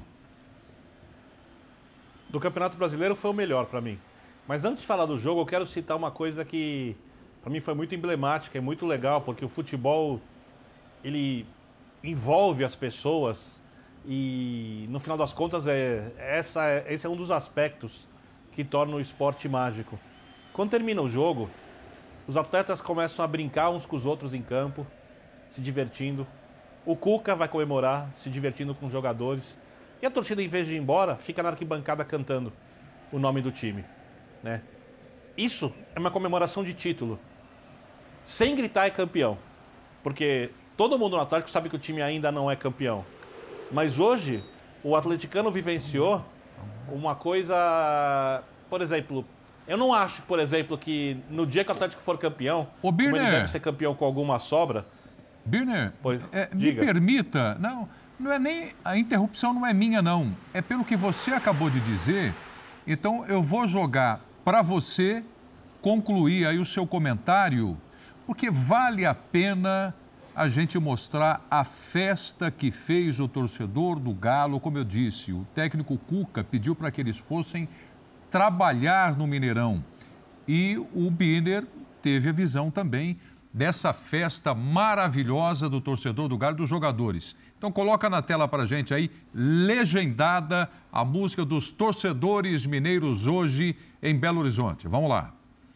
Do Campeonato Brasileiro foi o melhor para mim. Mas antes de falar do jogo, eu quero citar uma coisa que para mim foi muito emblemática, é muito legal, porque o futebol, ele envolve as pessoas e, no final das contas, esse é um dos aspectos que torna o esporte mágico. Quando termina o jogo, os atletas começam a brincar uns com os outros em campo, se divertindo. O Cuca vai comemorar, se divertindo com os jogadores. E a torcida, em vez de ir embora, fica na arquibancada cantando o nome do time, né? Isso é uma comemoração de título. Sem gritar é campeão. Porque todo mundo no Atlético sabe que o time ainda não é campeão. Mas hoje, o atleticano vivenciou uma coisa... Por exemplo, eu não acho, por exemplo, que no dia que o Atlético for campeão, como ele deve ser campeão com alguma sobra... Birner, me diga. permita... Não é nem... A interrupção não é minha, não. É pelo que você acabou de dizer. Então, eu vou jogar para você concluir aí o seu comentário, porque vale a pena a gente mostrar a festa que fez o torcedor do Galo. Como eu disse, o técnico Cuca pediu para que eles fossem trabalhar no Mineirão. E o Birner teve a visão também dessa festa maravilhosa do torcedor do Galo e dos jogadores. Então coloca na tela para a gente aí, legendada, a música dos torcedores mineiros hoje em Belo Horizonte. Vamos lá.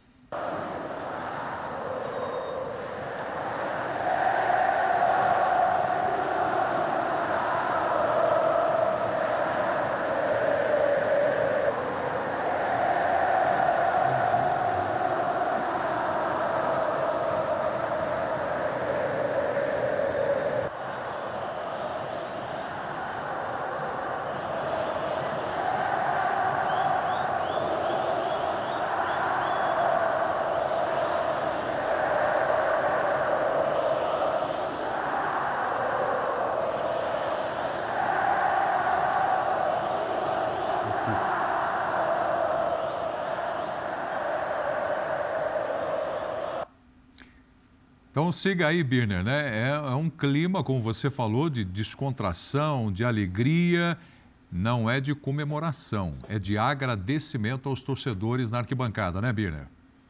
Então siga aí, Birner, né? É um clima, como você falou, de descontração, de alegria, não é de comemoração, é de agradecimento aos torcedores na arquibancada, né, Birner?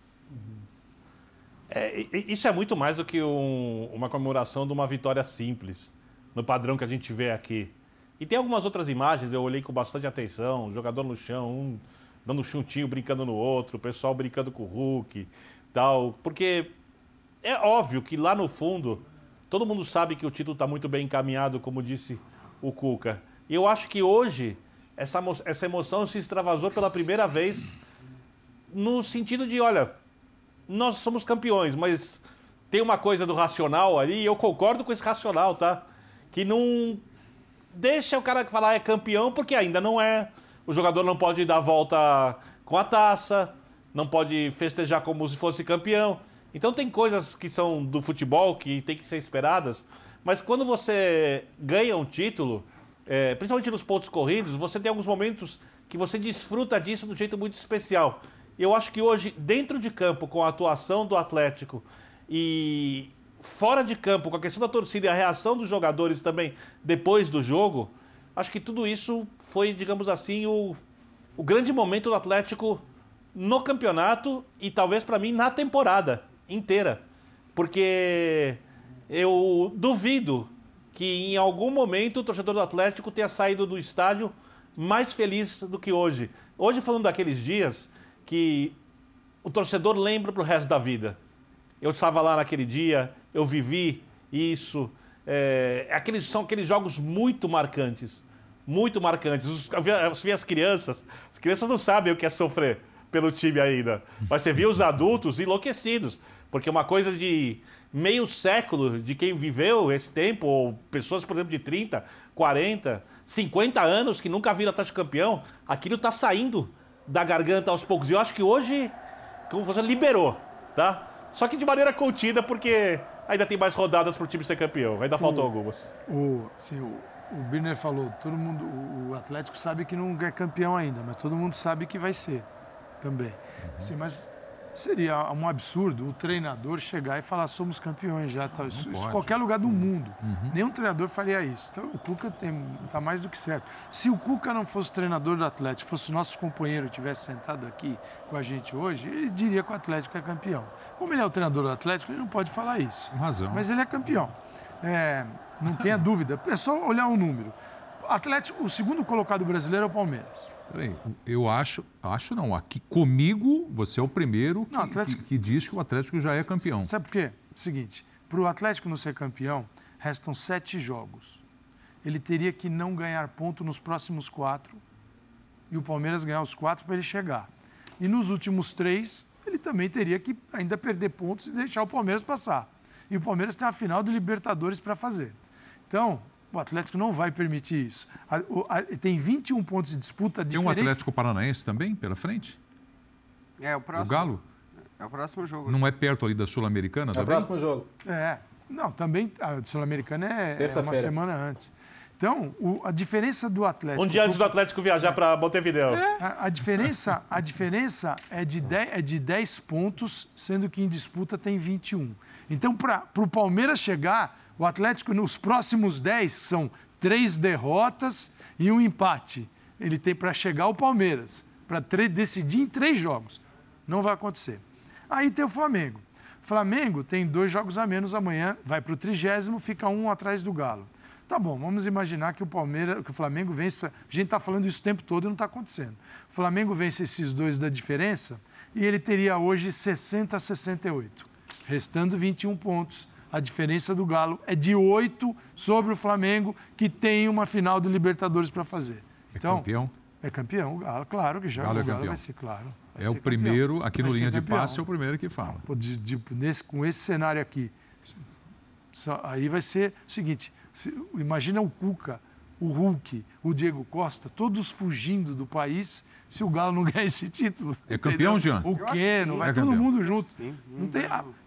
Isso é muito mais do que uma comemoração de uma vitória simples, no padrão que a gente vê aqui. E tem algumas outras imagens, eu olhei com bastante atenção, jogador no chão, um dando um chuntinho, brincando no outro, o pessoal brincando com o Hulk, tal, porque... É óbvio que lá no fundo, todo mundo sabe que o título está muito bem encaminhado, como disse o Cuca. E eu acho que hoje essa emoção se extravasou pela primeira vez no sentido de, olha, nós somos campeões, mas tem uma coisa do racional ali, e eu concordo com esse racional, tá? Que não deixa o cara falar é campeão, porque ainda não é. O jogador não pode dar a volta com a taça, não pode festejar como se fosse campeão. Então tem coisas que são do futebol que tem que ser esperadas, mas quando você ganha um título, principalmente nos pontos corridos, você tem alguns momentos que você desfruta disso de um jeito muito especial. Eu acho que hoje, dentro de campo, com a atuação do Atlético e fora de campo, com a questão da torcida e a reação dos jogadores também depois do jogo, acho que tudo isso foi, digamos assim, o grande momento do Atlético no campeonato e talvez para mim na temporada inteira, porque eu duvido que em algum momento o torcedor do Atlético tenha saído do estádio mais feliz do que hoje. Hoje falando daqueles dias que o torcedor lembra para o resto da vida. Eu estava lá naquele dia, eu vivi isso. São aqueles jogos muito marcantes, muito marcantes. Eu vi as crianças não sabem o que é sofrer pelo time ainda, mas você via os adultos enlouquecidos. Porque uma coisa de meio século de quem viveu esse tempo, ou pessoas, por exemplo, de 30, 40, 50 anos que nunca viram Atlético campeão, aquilo está saindo da garganta aos poucos. E eu acho que hoje, como você liberou, tá? Só que de maneira contida, porque ainda tem mais rodadas para o time ser campeão. Ainda faltam algumas. O Birner falou, todo mundo, o Atlético sabe que não é campeão ainda, mas todo mundo sabe que vai ser também. Sim, mas... Seria um absurdo o treinador chegar e falar somos campeões já. Tá, isso em qualquer lugar do mundo. Nenhum treinador faria isso. Então o Cuca está mais do que certo. Se o Cuca não fosse treinador do Atlético, fosse nosso companheiro, tivesse sentado aqui com a gente hoje, ele diria que o Atlético é campeão. Como ele é o treinador do Atlético, ele não pode falar isso. Razão. Mas ele é campeão. Não tenha dúvida. É só olhar o número. Atlético, o segundo colocado brasileiro é o Palmeiras. Peraí, eu acho não, aqui comigo você é o primeiro que diz que o Atlético já é campeão. Sabe por quê? Seguinte, para o Atlético não ser campeão, restam 7 jogos. Ele teria que não ganhar ponto nos próximos 4 e o Palmeiras ganhar os 4 para ele chegar. E nos últimos 3, ele também teria que ainda perder pontos e deixar o Palmeiras passar. E o Palmeiras tem a final do Libertadores para fazer. Então, o Atlético não vai permitir isso. Tem 21 pontos de disputa. Tem um Atlético Paranaense também pela frente? É o próximo. O Galo? É o próximo jogo. Não é perto ali da Sul-Americana também? É o próximo jogo. Não, também a Sul-Americana é uma semana antes. Então, a diferença do Atlético... Um dia antes do Atlético viajar para Montevidéu. A diferença é de 10 pontos, sendo que em disputa tem 21. Então, para o Palmeiras chegar, o Atlético, nos próximos 10, são 3 derrotas e um empate. Ele tem para chegar o Palmeiras, para decidir em 3 jogos. Não vai acontecer. Aí tem o Flamengo. O Flamengo tem 2 jogos a menos amanhã, vai para o 30º, fica 1 atrás do Galo. Tá bom, vamos imaginar que o Flamengo vença. A gente está falando isso o tempo todo e não está acontecendo. O Flamengo vence esses 2 da diferença e ele teria hoje 60 a 68, restando 21 pontos. A diferença do Galo é de 8 sobre o Flamengo, que tem uma final do Libertadores para fazer. Então, campeão? É campeão, o Galo, claro que já. Galo é o Galo campeão. vai ser, claro. É o primeiro, campeão. aqui no Linha de Passe, é o primeiro que fala. Com esse cenário aqui, aí vai ser o seguinte... Imagina o Cuca, o Hulk, o Diego Costa, todos fugindo do país se o Galo não ganhar esse título. É campeão, Jean? O Keno, vai todo mundo junto. Sim. Não tem,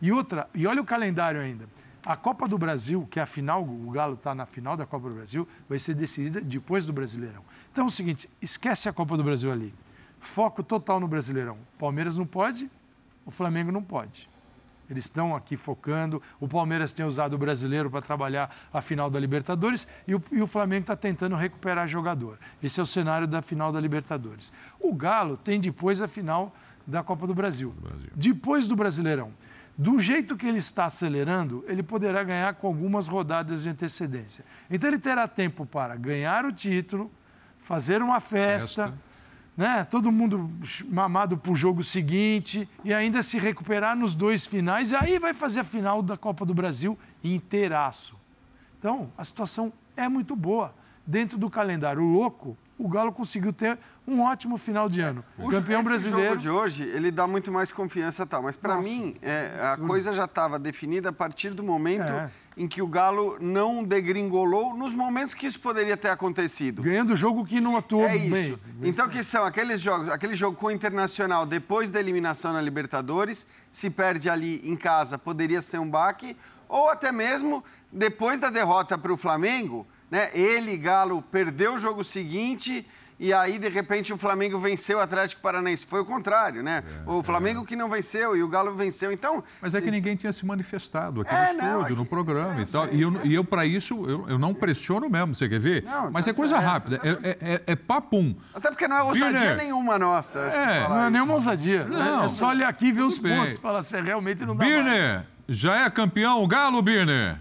e olha o calendário ainda. A Copa do Brasil, que é a final, o Galo está na final da Copa do Brasil, vai ser decidida depois do Brasileirão. Então é o seguinte, esquece a Copa do Brasil ali. Foco total no Brasileirão. O Palmeiras não pode, o Flamengo não pode. Eles estão aqui focando. O Palmeiras tem usado o brasileiro para trabalhar a final da Libertadores e o Flamengo está tentando recuperar jogador. Esse é o cenário da final da Libertadores. O Galo tem depois a final da Copa do Brasil. Depois do Brasileirão. Do jeito que ele está acelerando, ele poderá ganhar com algumas rodadas de antecedência. Então ele terá tempo para ganhar o título, fazer uma festa. Né? Todo mundo mamado para o jogo seguinte e ainda se recuperar nos 2 finais e aí vai fazer a final da Copa do Brasil inteiraço. Então, a situação é muito boa. Dentro do calendário louco, o Galo conseguiu ter um ótimo final de ano. O campeão brasileiro... jogo de hoje, ele dá muito mais confiança, tal. Mas para mim, a coisa já estava definida a partir do momento em que o Galo não degringolou nos momentos que isso poderia ter acontecido. Ganhando o jogo que não atuou bem. Isso. Então, que são aqueles jogos, aquele jogo com o Internacional depois da eliminação na Libertadores, se perde ali em casa, poderia ser um baque, ou até mesmo depois da derrota para o Flamengo, né? Ele, Galo, perdeu o jogo seguinte e aí, de repente, o Flamengo venceu o Atlético Paranaense. Foi o contrário, né? O Flamengo que não venceu e o Galo venceu. Então, mas é que ninguém tinha se manifestado aqui no estúdio, no programa e tal. E eu para isso, eu não pressiono mesmo, você quer ver? Não, mas é coisa rápida, é papum. Até porque não é ousadia nenhuma nossa. Não é nenhuma ousadia. Não. É só olhar aqui e ver os pontos. Falar assim, realmente não dá Birner, já é campeão o Galo, Birner?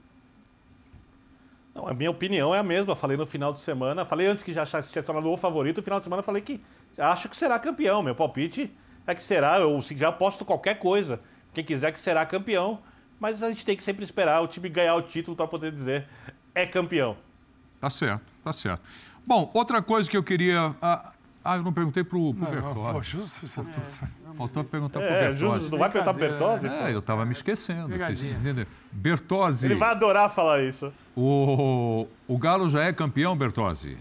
Não, a minha opinião é a mesma. Falei no final de semana, falei antes que já tinha se tornado o favorito, no final de semana falei que acho que será campeão. Meu palpite é que será, eu já aposto qualquer coisa. Quem quiser que será campeão, mas a gente tem que sempre esperar o time ganhar o título para poder dizer é campeão. Tá certo, tá certo. Bom, outra coisa que eu queria... eu não perguntei pro Bertozzi. Faltou perguntar pro Bertozzi. Não vai perguntar pro Bertozzi? Eu tava me esquecendo. Vocês entenderam? Bertozzi... Ele vai adorar falar isso. O Galo já é campeão, Bertozzi?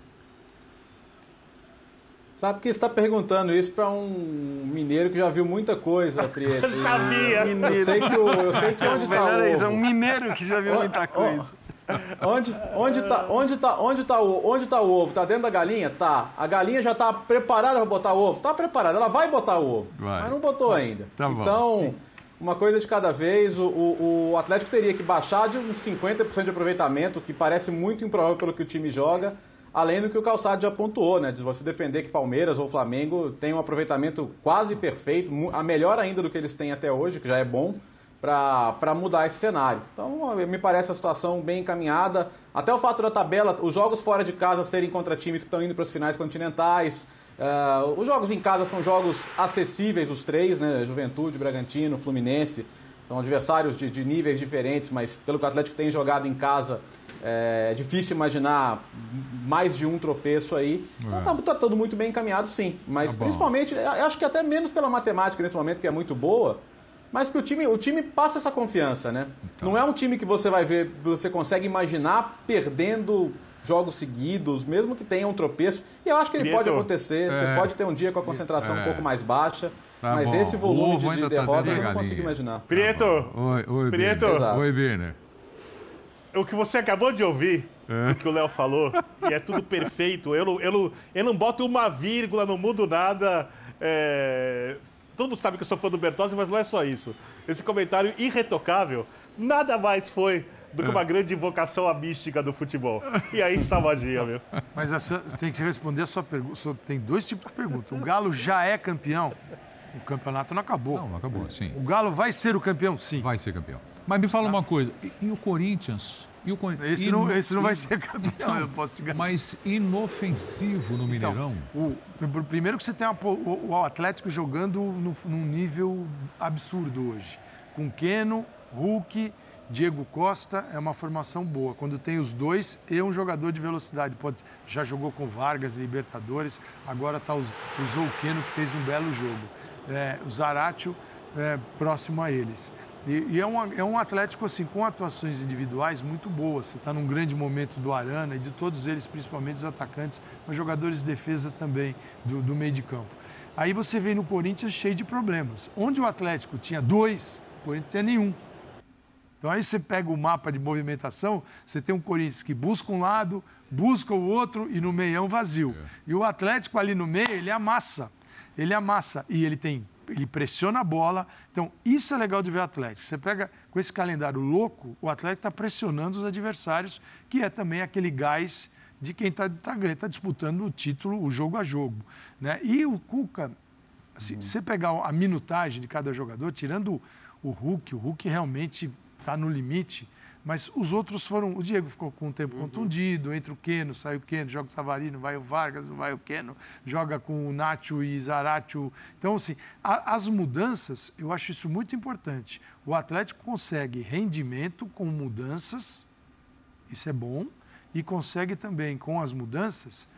Sabe que você está perguntando isso para um mineiro que já viu muita coisa, Prieto. Eu sabia! Eu sei que onde está o ovo. É um mineiro que já viu muita coisa. Onde tá o ovo? Tá dentro da galinha? Tá. A galinha já tá preparada para botar o ovo? Tá preparada, ela vai botar o ovo. Mas não botou ainda. Tá bom. Então, uma coisa de cada vez, o Atlético teria que baixar de uns 50% de aproveitamento, que parece muito improvável pelo que o time joga, além do que o Calçado já pontuou, né? De você defender que Palmeiras ou Flamengo tem um aproveitamento quase perfeito, a melhor ainda do que eles têm até hoje, que já é bom, para mudar esse cenário. Então, me parece a situação bem encaminhada. Até o fato da tabela, os jogos fora de casa serem contra times que estão indo para as finais continentais. Os jogos em casa são jogos acessíveis, os 3, né? Juventude, Bragantino, Fluminense. São adversários de níveis diferentes, mas pelo que o Atlético tem jogado em casa, é difícil imaginar mais de um tropeço aí. Então tá tudo muito bem encaminhado, sim. Mas principalmente, acho que até menos pela matemática nesse momento, que é muito boa, mas que o time passa essa confiança, né? Então. Não é um time que você vai ver, você consegue imaginar perdendo jogos seguidos, mesmo que tenha um tropeço. E eu acho que ele pode acontecer, você pode ter um dia com a concentração um pouco mais baixa. Tá mas bom. Esse volume de derrotas eu não consigo imaginar. Prieto! Oi, Prieto! Oi, Birner. O que você acabou de ouvir, o que o Léo falou, e é tudo perfeito. Eu não boto uma vírgula, não mudo nada. Todo mundo sabe que eu sou fã do Bertozzi, mas não é só isso. Esse comentário irretocável, nada mais foi do que uma grande invocação à mística do futebol. E aí está a magia, meu. Mas tem que responder a sua pergunta. Tem dois tipos de pergunta. O Galo já é campeão? O campeonato não acabou. Não acabou, sim. O Galo vai ser o campeão? Sim. Vai ser campeão. Mas me fala uma coisa, e o Corinthians? Esse não vai ser campeão, então, eu posso te garantir. Mas inofensivo no Mineirão? Então, primeiro que você tem o Atlético jogando num nível absurdo hoje. Com Keno, Hulk, Diego Costa, é uma formação boa. Quando tem os dois e um jogador de velocidade. Já jogou com Vargas em Libertadores, agora usou o Keno, que fez um belo jogo. O Zaratio próximo a eles. E é um Atlético assim, com atuações individuais muito boas. Você está num grande momento do Arana e de todos eles, principalmente os atacantes, mas jogadores de defesa também do meio de campo. Aí você vem no Corinthians cheio de problemas. Onde o Atlético tinha 2, o Corinthians tinha nenhum. Então aí você pega o mapa de movimentação, você tem um Corinthians que busca um lado, busca o outro e no meião vazio. E o Atlético ali no meio, ele amassa. E ele pressiona a bola. Então, isso é legal de ver o Atlético. Você pega com esse calendário louco, o Atlético está pressionando os adversários, que é também aquele gás de quem está disputando o título, o jogo a jogo. Né? E o Cuca, se você pegar a minutagem de cada jogador, tirando o Hulk realmente está no limite, mas os outros foram... O Diego ficou com o tempo contundido, entra o Keno, sai o Keno, joga o Savarino, vai o Vargas, não vai o Keno, joga com o Nacho e Zaratio. Então, assim, as mudanças, eu acho isso muito importante. O Atlético consegue rendimento com mudanças, isso é bom, e consegue também, com as mudanças,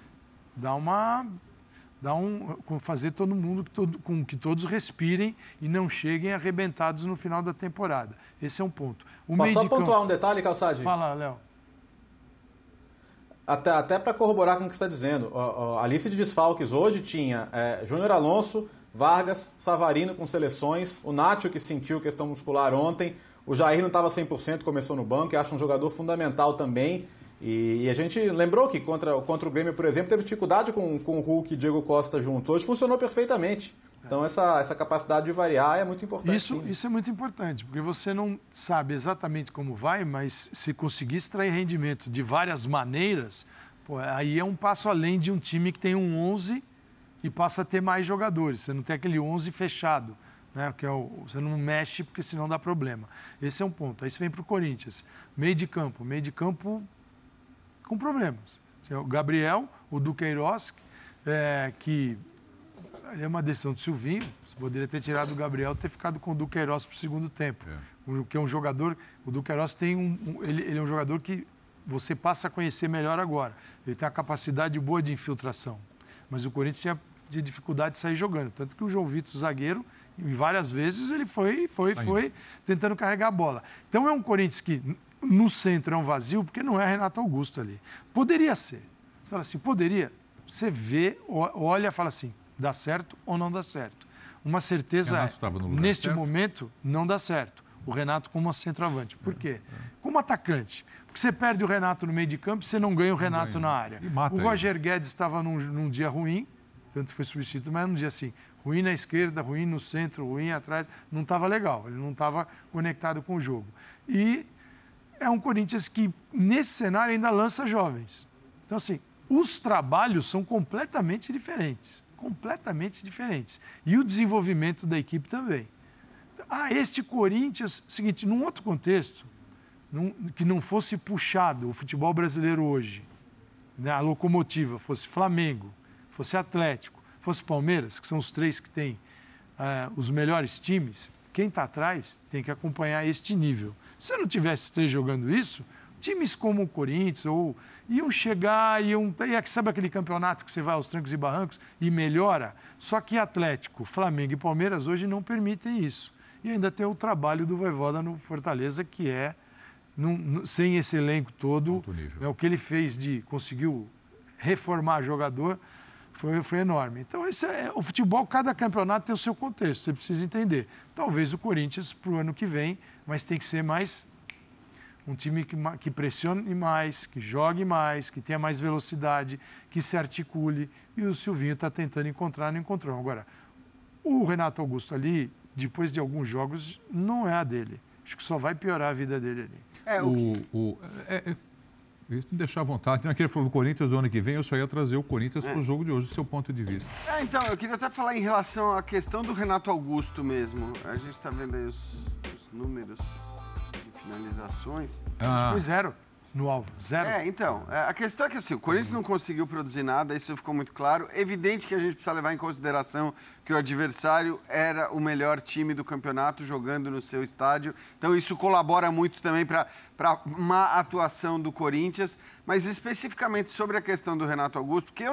fazer todo mundo com que todos respirem e não cheguem arrebentados no final da temporada. Esse é um ponto. Posso só pontuar um detalhe, Calçade? Fala, Léo. Até para corroborar com o que você está dizendo, a lista de desfalques hoje tinha Júnior Alonso, Vargas, Savarino com seleções, o Nacho que sentiu questão muscular ontem, o Jair não estava 100%, começou no banco, eu acho um jogador fundamental também. E a gente lembrou que contra o Grêmio, por exemplo, teve dificuldade com o Hulk e Diego Costa juntos. Hoje funcionou perfeitamente. Então, essa capacidade de variar é muito importante. Isso é muito importante, porque você não sabe exatamente como vai, mas se conseguir extrair rendimento de várias maneiras, aí é um passo além de um time que tem um 11 e passa a ter mais jogadores. Você não tem aquele 11 fechado, né? Você não mexe porque senão dá problema. Esse é um ponto. Aí você vem para o Corinthians. Meio de campo com problemas. O Gabriel, o Duqueiroz, que é uma decisão do Silvinho, você poderia ter tirado o Gabriel e ter ficado com o Duqueiroz para o segundo tempo. Que é um jogador, o Duqueiroz ele é um jogador que você passa a conhecer melhor agora. Ele tem uma capacidade boa de infiltração. Mas o Corinthians tinha dificuldade de sair jogando. Tanto que o João Vitor, zagueiro, várias vezes ele foi tentando carregar a bola. Então é um Corinthians que no centro é um vazio, porque não é Renato Augusto ali. Poderia ser. Você fala assim, poderia. Você vê, olha e fala assim, dá certo ou não dá certo. Uma certeza neste momento, não dá certo. O Renato como centroavante. Por quê? Como atacante. Porque você perde o Renato no meio de campo e você não ganha o Renato na área. O Roger Guedes estava num dia ruim, tanto foi substituído, mas num dia assim, ruim na esquerda, ruim no centro, ruim atrás, não estava legal, ele não estava conectado com o jogo. E é um Corinthians que, nesse cenário, ainda lança jovens. Então, assim, os trabalhos são completamente diferentes. Completamente diferentes. E o desenvolvimento da equipe também. Este Corinthians, seguinte, num outro contexto, que não fosse puxado o futebol brasileiro hoje, né, a locomotiva fosse Flamengo, fosse Atlético, fosse Palmeiras, que são os três que têm os melhores times, quem está atrás tem que acompanhar este nível. Se não tivesse os 3 jogando isso, times como o Corinthians iam chegar, sabe aquele campeonato que você vai aos trancos e barrancos e melhora? Só que Atlético, Flamengo e Palmeiras hoje não permitem isso. E ainda tem o trabalho do Vojvoda no Fortaleza, que é, sem esse elenco todo, o que ele fez conseguiu reformar jogador, foi enorme. Então, o futebol, cada campeonato tem o seu contexto, você precisa entender. Talvez o Corinthians para o ano que vem, mas tem que ser mais um time que pressione mais, que jogue mais, que tenha mais velocidade, que se articule. E o Silvinho está tentando encontrar, não encontrou. Agora, o Renato Augusto ali, depois de alguns jogos, não é a dele. Acho que só vai piorar a vida dele ali. Me deixar à vontade. Naquele falou do Corinthians do ano que vem, eu só ia trazer o Corinthians para o jogo de hoje, do seu ponto de vista. Então, eu queria até falar em relação à questão do Renato Augusto mesmo. A gente está vendo aí os números de finalizações. Foi 0 no alvo, 0. Então, a questão é que assim, o Corinthians não conseguiu produzir nada, isso ficou muito claro. Evidente que a gente precisa levar em consideração que o adversário era o melhor time do campeonato jogando no seu estádio. Então, isso colabora muito também para uma atuação do Corinthians. Mas especificamente sobre a questão do Renato Augusto, porque eu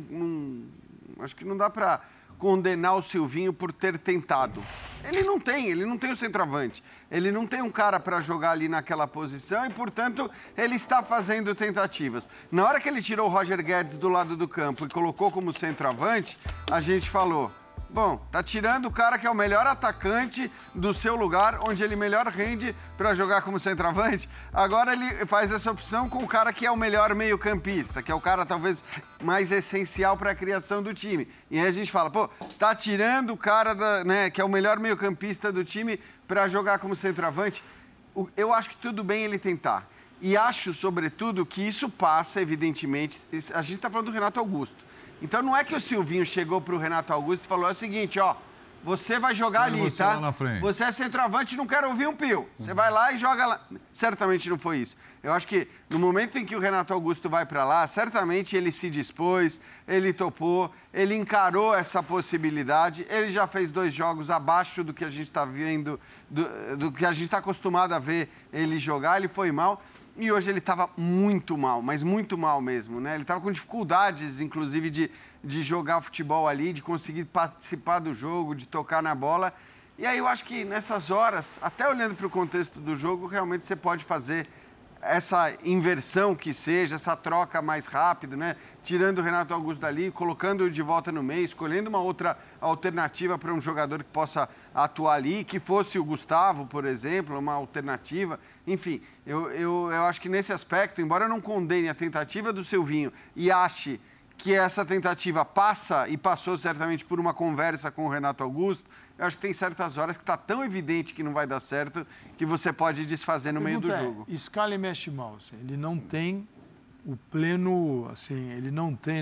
acho que não dá para condenar o Silvinho por ter tentado. Ele não tem o centroavante. Ele não tem um cara para jogar ali naquela posição e, portanto, ele está fazendo tentativas. Na hora que ele tirou o Roger Guedes do lado do campo e colocou como centroavante, a gente falou, bom, tá tirando o cara que é o melhor atacante do seu lugar, onde ele melhor rende para jogar como centroavante. Agora ele faz essa opção com o cara que é o melhor meio-campista, que é o cara talvez mais essencial para a criação do time. E aí a gente fala, pô, tá tirando o cara que é o melhor meio-campista do time para jogar como centroavante. Eu acho que tudo bem ele tentar. E acho, sobretudo, que isso passa, evidentemente, a gente está falando do Renato Augusto. Então não é que o Silvinho chegou para o Renato Augusto e falou, é o seguinte, ó, você vai jogar ali, tá? Você é centroavante, não quero ouvir um pio. Você vai lá e joga lá. Certamente não foi isso. Eu acho que no momento em que o Renato Augusto vai para lá, certamente ele se dispôs, ele topou, ele encarou essa possibilidade. Ele já fez 2 jogos abaixo do que a gente está vendo, do que a gente está acostumado a ver ele jogar. Ele foi mal. E hoje ele estava muito mal, mas muito mal mesmo, né? Ele estava com dificuldades, inclusive, de jogar futebol ali, de conseguir participar do jogo, de tocar na bola. E aí eu acho que nessas horas, até olhando para o contexto do jogo, realmente você pode fazer essa inversão que seja, essa troca mais rápido, né? Tirando o Renato Augusto dali, colocando-o de volta no meio, escolhendo uma outra alternativa para um jogador que possa atuar ali, que fosse o Gustavo, por exemplo, uma alternativa. Enfim, eu acho que nesse aspecto, embora eu não condene a tentativa do Silvinho e ache que essa tentativa passa e passou certamente por uma conversa com o Renato Augusto, eu acho que tem certas horas que está tão evidente que não vai dar certo que você pode desfazer no meio do jogo. Escala e mexe mal, assim, ele não tem o pleno, assim, ele não tem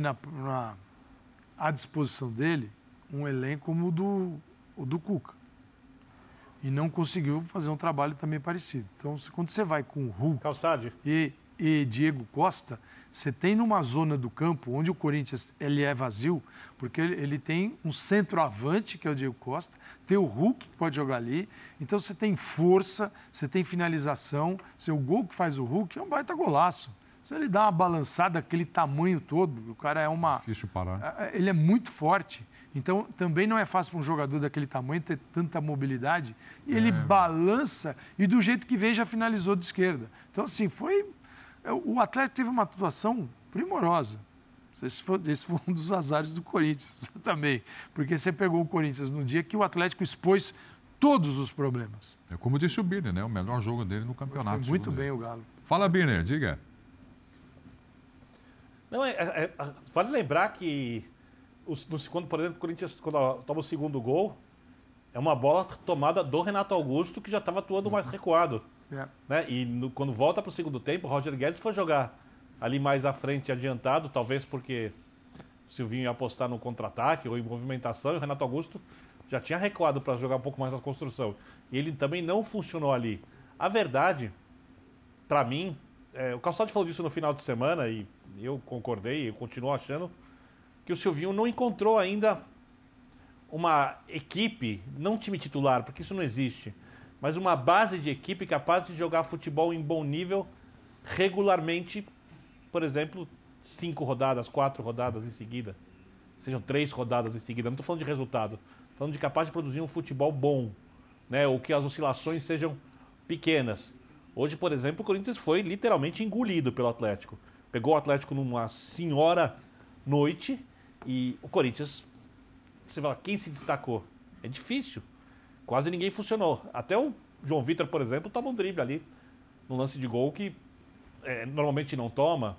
à disposição dele um elenco como o do Cuca. E não conseguiu fazer um trabalho também parecido. Então, quando você vai com o Hulk e Diego Costa, você tem numa zona do campo onde o Corinthians ele é vazio, porque ele tem um centroavante, que é o Diego Costa, tem o Hulk, que pode jogar ali, então você tem força, você tem finalização, o gol que faz o Hulk é um baita golaço. Se ele dá uma balançada, aquele tamanho todo, o cara é difícil parar. Ele é muito forte. Então, também não é fácil para um jogador daquele tamanho ter tanta mobilidade. E ele balança e do jeito que vem já finalizou de esquerda. Então, assim, o Atlético teve uma atuação primorosa. Esse foi um dos azares do Corinthians também. Porque você pegou o Corinthians no dia que o Atlético expôs todos os problemas. É como disse o Birner, né? O melhor jogo dele no campeonato. Foi muito bem o Galo. Fala, Birner, diga. Não, vale lembrar que, por exemplo, o Corinthians, quando toma o segundo gol, é uma bola tomada do Renato Augusto, que já estava atuando mais recuado. Né? E quando volta para o segundo tempo, o Roger Guedes foi jogar ali mais à frente, adiantado, talvez porque o Silvinho ia apostar no contra-ataque ou em movimentação, e o Renato Augusto já tinha recuado para jogar um pouco mais na construção. E ele também não funcionou ali. A verdade, para mim, o Calçado falou disso no final de semana, e eu concordei, eu continuo achando que o Silvinho não encontrou ainda uma equipe, não time titular, porque isso não existe, mas uma base de equipe capaz de jogar futebol em bom nível regularmente, por exemplo, 5 rodadas, 4 rodadas em seguida, sejam 3 rodadas em seguida. Não estou falando de resultado, estou falando de capaz de produzir um futebol bom, né? Ou que as oscilações sejam pequenas. Hoje, por exemplo, o Corinthians foi literalmente engolido pelo Atlético. Pegou o Atlético numa senhora noite e o Corinthians, você fala, quem se destacou? É difícil. Quase ninguém funcionou. Até o João Vitor, por exemplo, toma um drible ali no lance de gol que normalmente não toma.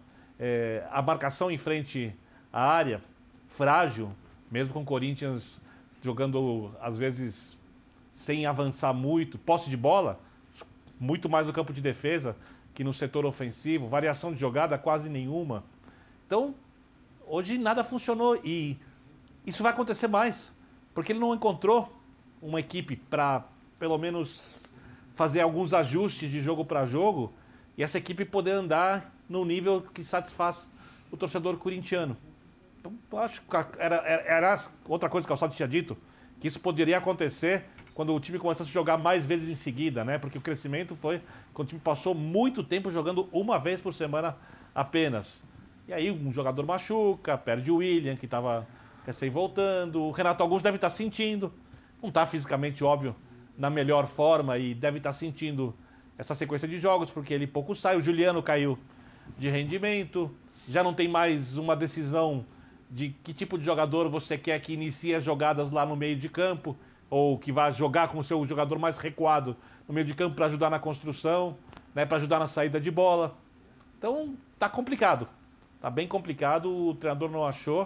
A marcação em frente à área, frágil, mesmo com o Corinthians jogando, às vezes, sem avançar muito. Posse de bola, muito mais no campo de defesa que no setor ofensivo. Variação de jogada, quase nenhuma. Então, hoje nada funcionou e isso vai acontecer mais, porque ele não encontrou uma equipe para, pelo menos, fazer alguns ajustes de jogo para jogo e essa equipe poder andar num nível que satisfaz o torcedor corintiano. Então, eu acho que era outra coisa que o Calçado tinha dito, que isso poderia acontecer quando o time começasse a jogar mais vezes em seguida, né? Porque o crescimento foi quando o time passou muito tempo jogando uma vez por semana apenas. E aí um jogador machuca, perde o William, que estava recém voltando. O Renato Augusto deve estar sentindo, não está fisicamente, óbvio, na melhor forma e deve estar sentindo essa sequência de jogos, porque ele pouco sai. O Juliano caiu de rendimento, já não tem mais uma decisão de que tipo de jogador você quer que inicie as jogadas lá no meio de campo, ou que vá jogar como seu jogador mais recuado no meio de campo para ajudar na construção, né, para ajudar na saída de bola. Então, tá complicado. Tá bem complicado, o treinador não achou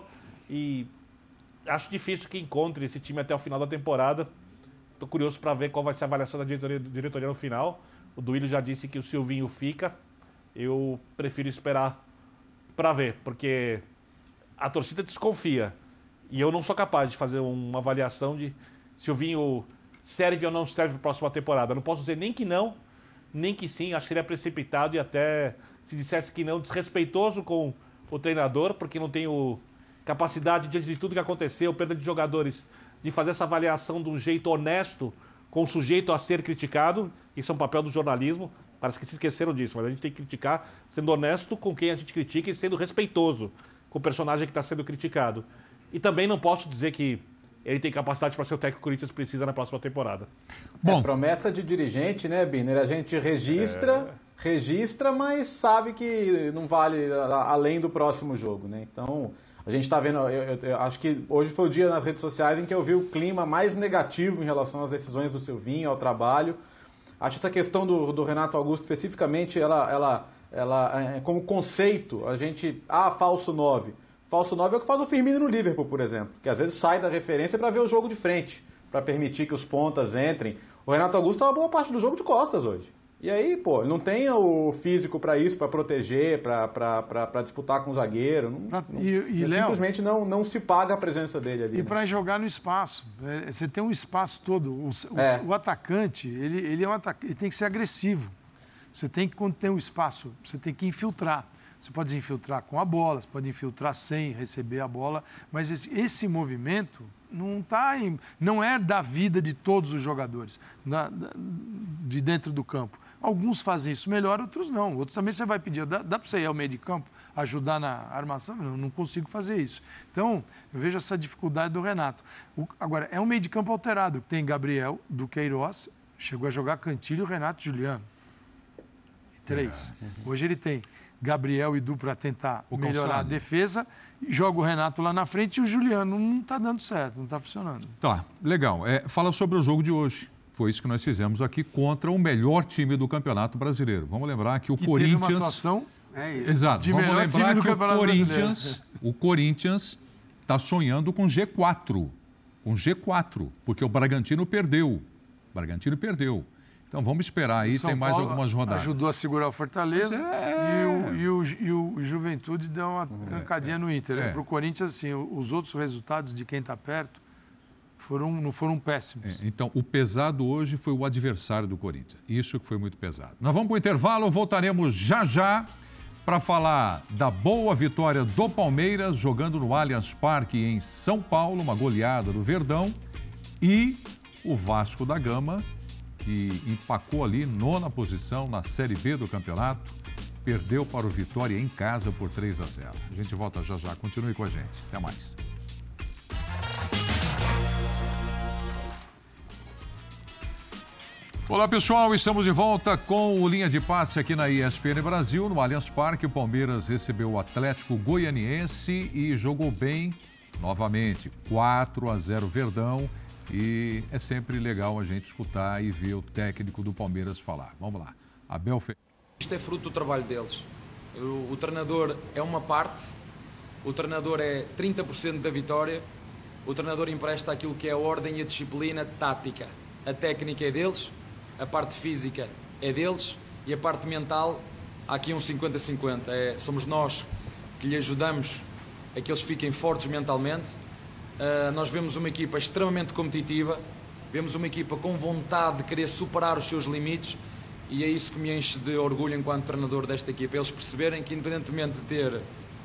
e acho difícil que encontre esse time até o final da temporada. Tô curioso para ver qual vai ser a avaliação da diretoria no final. O Duílio já disse que o Silvinho fica. Eu prefiro esperar para ver, porque a torcida desconfia. E eu não sou capaz de fazer uma avaliação de se o Vinho serve ou não serve para a próxima temporada. Não posso dizer nem que não, nem que sim. Acho que ele é precipitado e até, se dissesse que não, desrespeitoso com o treinador, porque não tenho capacidade, diante de tudo que aconteceu, perda de jogadores, de fazer essa avaliação de um jeito honesto, com o sujeito a ser criticado. Isso é um papel do jornalismo. Parece que se esqueceram disso, mas a gente tem que criticar sendo honesto com quem a gente critica e sendo respeitoso com o personagem que está sendo criticado. E também não posso dizer que ele tem capacidade para ser o técnico que o Corinthians precisa na próxima temporada. Bom, promessa de dirigente, né, Birner? A gente registra, mas sabe que não vale além do próximo jogo, né? Então, a gente está vendo, eu acho que hoje foi o dia nas redes sociais em que eu vi o clima mais negativo em relação às decisões do Silvinho, ao trabalho. Acho essa questão do Renato Augusto, especificamente, ela como conceito, a gente... falso 9. Falso 9 é o que faz o Firmino no Liverpool, por exemplo, que às vezes sai da referência para ver o jogo de frente, para permitir que os pontas entrem. O Renato Augusto tá uma boa parte do jogo de costas hoje. E aí, pô, ele não tem o físico para isso, para proteger, para disputar com o zagueiro. Simplesmente não se paga a presença dele ali. E para jogar no espaço. Você tem um espaço todo. O atacante, ele é um atacante, ele tem que ser agressivo. Você tem que, quando tem um espaço, você tem que infiltrar. Você pode infiltrar com a bola, você pode infiltrar sem receber a bola, mas esse movimento não é da vida de todos os jogadores, de dentro do campo. Alguns fazem isso melhor, outros não. Outros também você vai pedir, dá para você ir ao meio de campo, ajudar na armação? Eu não consigo fazer isso. Então, eu vejo essa dificuldade do Renato. Agora, é um meio de campo alterado. Tem Gabriel, Duqueiroz, chegou a jogar Cantilho, Renato, Juliano. 3. Hoje ele tem Gabriel e Du para tentar melhorar a defesa, joga o Renato lá na frente e o Juliano não está dando certo, não está funcionando. Tá, legal. Fala sobre o jogo de hoje. Foi isso que nós fizemos aqui contra o melhor time do Campeonato Brasileiro. Vamos lembrar que o Corinthians... Teve uma atuação Exato. de Vamos melhor lembrar time do que Campeonato o Corinthians está sonhando com G4. Com G4, porque o Bragantino perdeu. Então vamos esperar aí, tem mais algumas rodadas. Ajudou a segurar o Fortaleza e o Juventude deu uma trancadinha no Inter. Para o Corinthians, assim, os outros resultados de quem está perto não foram péssimos. Então, o pesado hoje foi o adversário do Corinthians. Isso que foi muito pesado. Nós vamos para o intervalo, voltaremos já. para falar da boa vitória do Palmeiras, jogando no Allianz Parque em São Paulo, uma goleada do Verdão, e o Vasco da Gama, que empacou ali 9ª posição na Série B do campeonato, perdeu para o Vitória em casa por 3-0. A gente volta já já. Continue com a gente. Até mais. Olá, pessoal. Estamos de volta com o Linha de Passe aqui na ESPN Brasil. No Allianz Parque, o Palmeiras recebeu o Atlético Goianiense e jogou bem novamente. 4-0 Verdão. E é sempre legal a gente escutar e ver o técnico do Palmeiras falar. Vamos lá. Abel Ferreira. Isto é fruto do trabalho deles. O treinador é uma parte, o treinador é 30% da vitória, o treinador empresta aquilo que é a ordem e a disciplina tática. A técnica é deles, a parte física é deles e a parte mental, há aqui um 50-50. Somos nós que lhe ajudamos a que eles fiquem fortes mentalmente. Nós vemos uma equipa extremamente competitiva, vemos uma equipa com vontade de querer superar os seus limites e é isso que me enche de orgulho enquanto treinador desta equipa. Eles perceberem que, independentemente de ter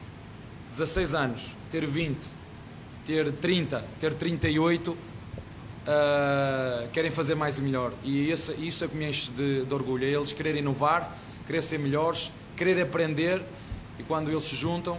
16 anos, ter 20, ter 30, ter 38, querem fazer mais e melhor. E isso é que me enche de orgulho. É eles quererem inovar, querer ser melhores, querer aprender, e quando eles se juntam,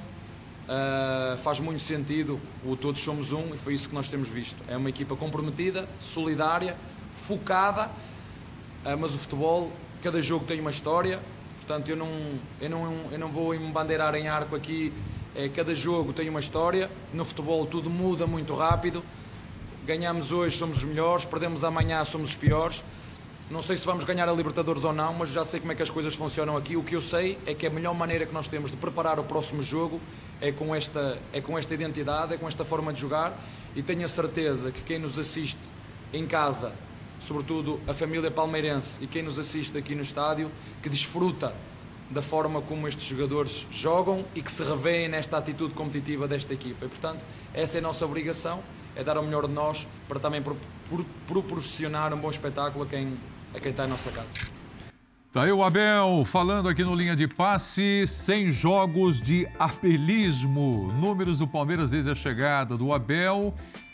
faz muito sentido o todos somos um, e foi isso que nós temos visto. É uma equipa comprometida, solidária, focada, mas o futebol, cada jogo tem uma história, portanto eu não vou me bandeirar em arco aqui. Cada jogo tem uma história. No futebol tudo muda muito rápido. Ganhamos hoje, somos os melhores, perdemos amanhã, somos os piores. Não sei se vamos ganhar a Libertadores ou não, mas já sei como é que as coisas funcionam aqui. O que eu sei é que a melhor maneira que nós temos de preparar o próximo jogo é com esta identidade, é com esta forma de jogar, e tenho a certeza que quem nos assiste em casa, sobretudo a família palmeirense, e quem nos assiste aqui no estádio, que desfruta da forma como estes jogadores jogam e que se revêem nesta atitude competitiva desta equipa. E, portanto, essa é a nossa obrigação, é dar o melhor de nós para também proporcionar um bom espetáculo a quem está em nossa casa. Tá aí o Abel falando aqui no Linha de Passe, 100 jogos de abelismo. Números do Palmeiras desde a chegada do Abel: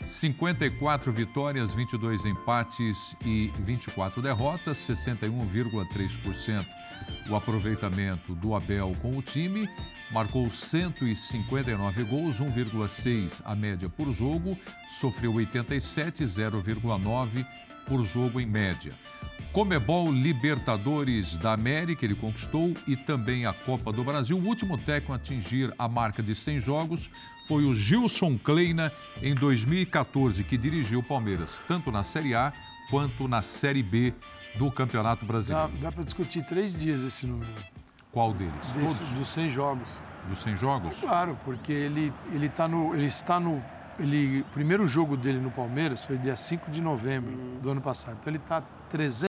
54 vitórias, 22 empates e 24 derrotas, 61,3% o aproveitamento do Abel com o time. Marcou 159 gols, 1,6 a média por jogo, sofreu 87, 0,9 por jogo em média. Comebol Libertadores da América ele conquistou, e também a Copa do Brasil. O último técnico a atingir a marca de 100 jogos foi o Gilson Kleina, em 2014, que dirigiu o Palmeiras tanto na Série A quanto na Série B do Campeonato Brasileiro. Dá para discutir 3 dias esse número. Qual deles? Todos? Dos 100 jogos. Dos 100 jogos? Claro, porque ele está no... O primeiro jogo dele no Palmeiras foi dia 5 de novembro do ano passado. Então ele está 300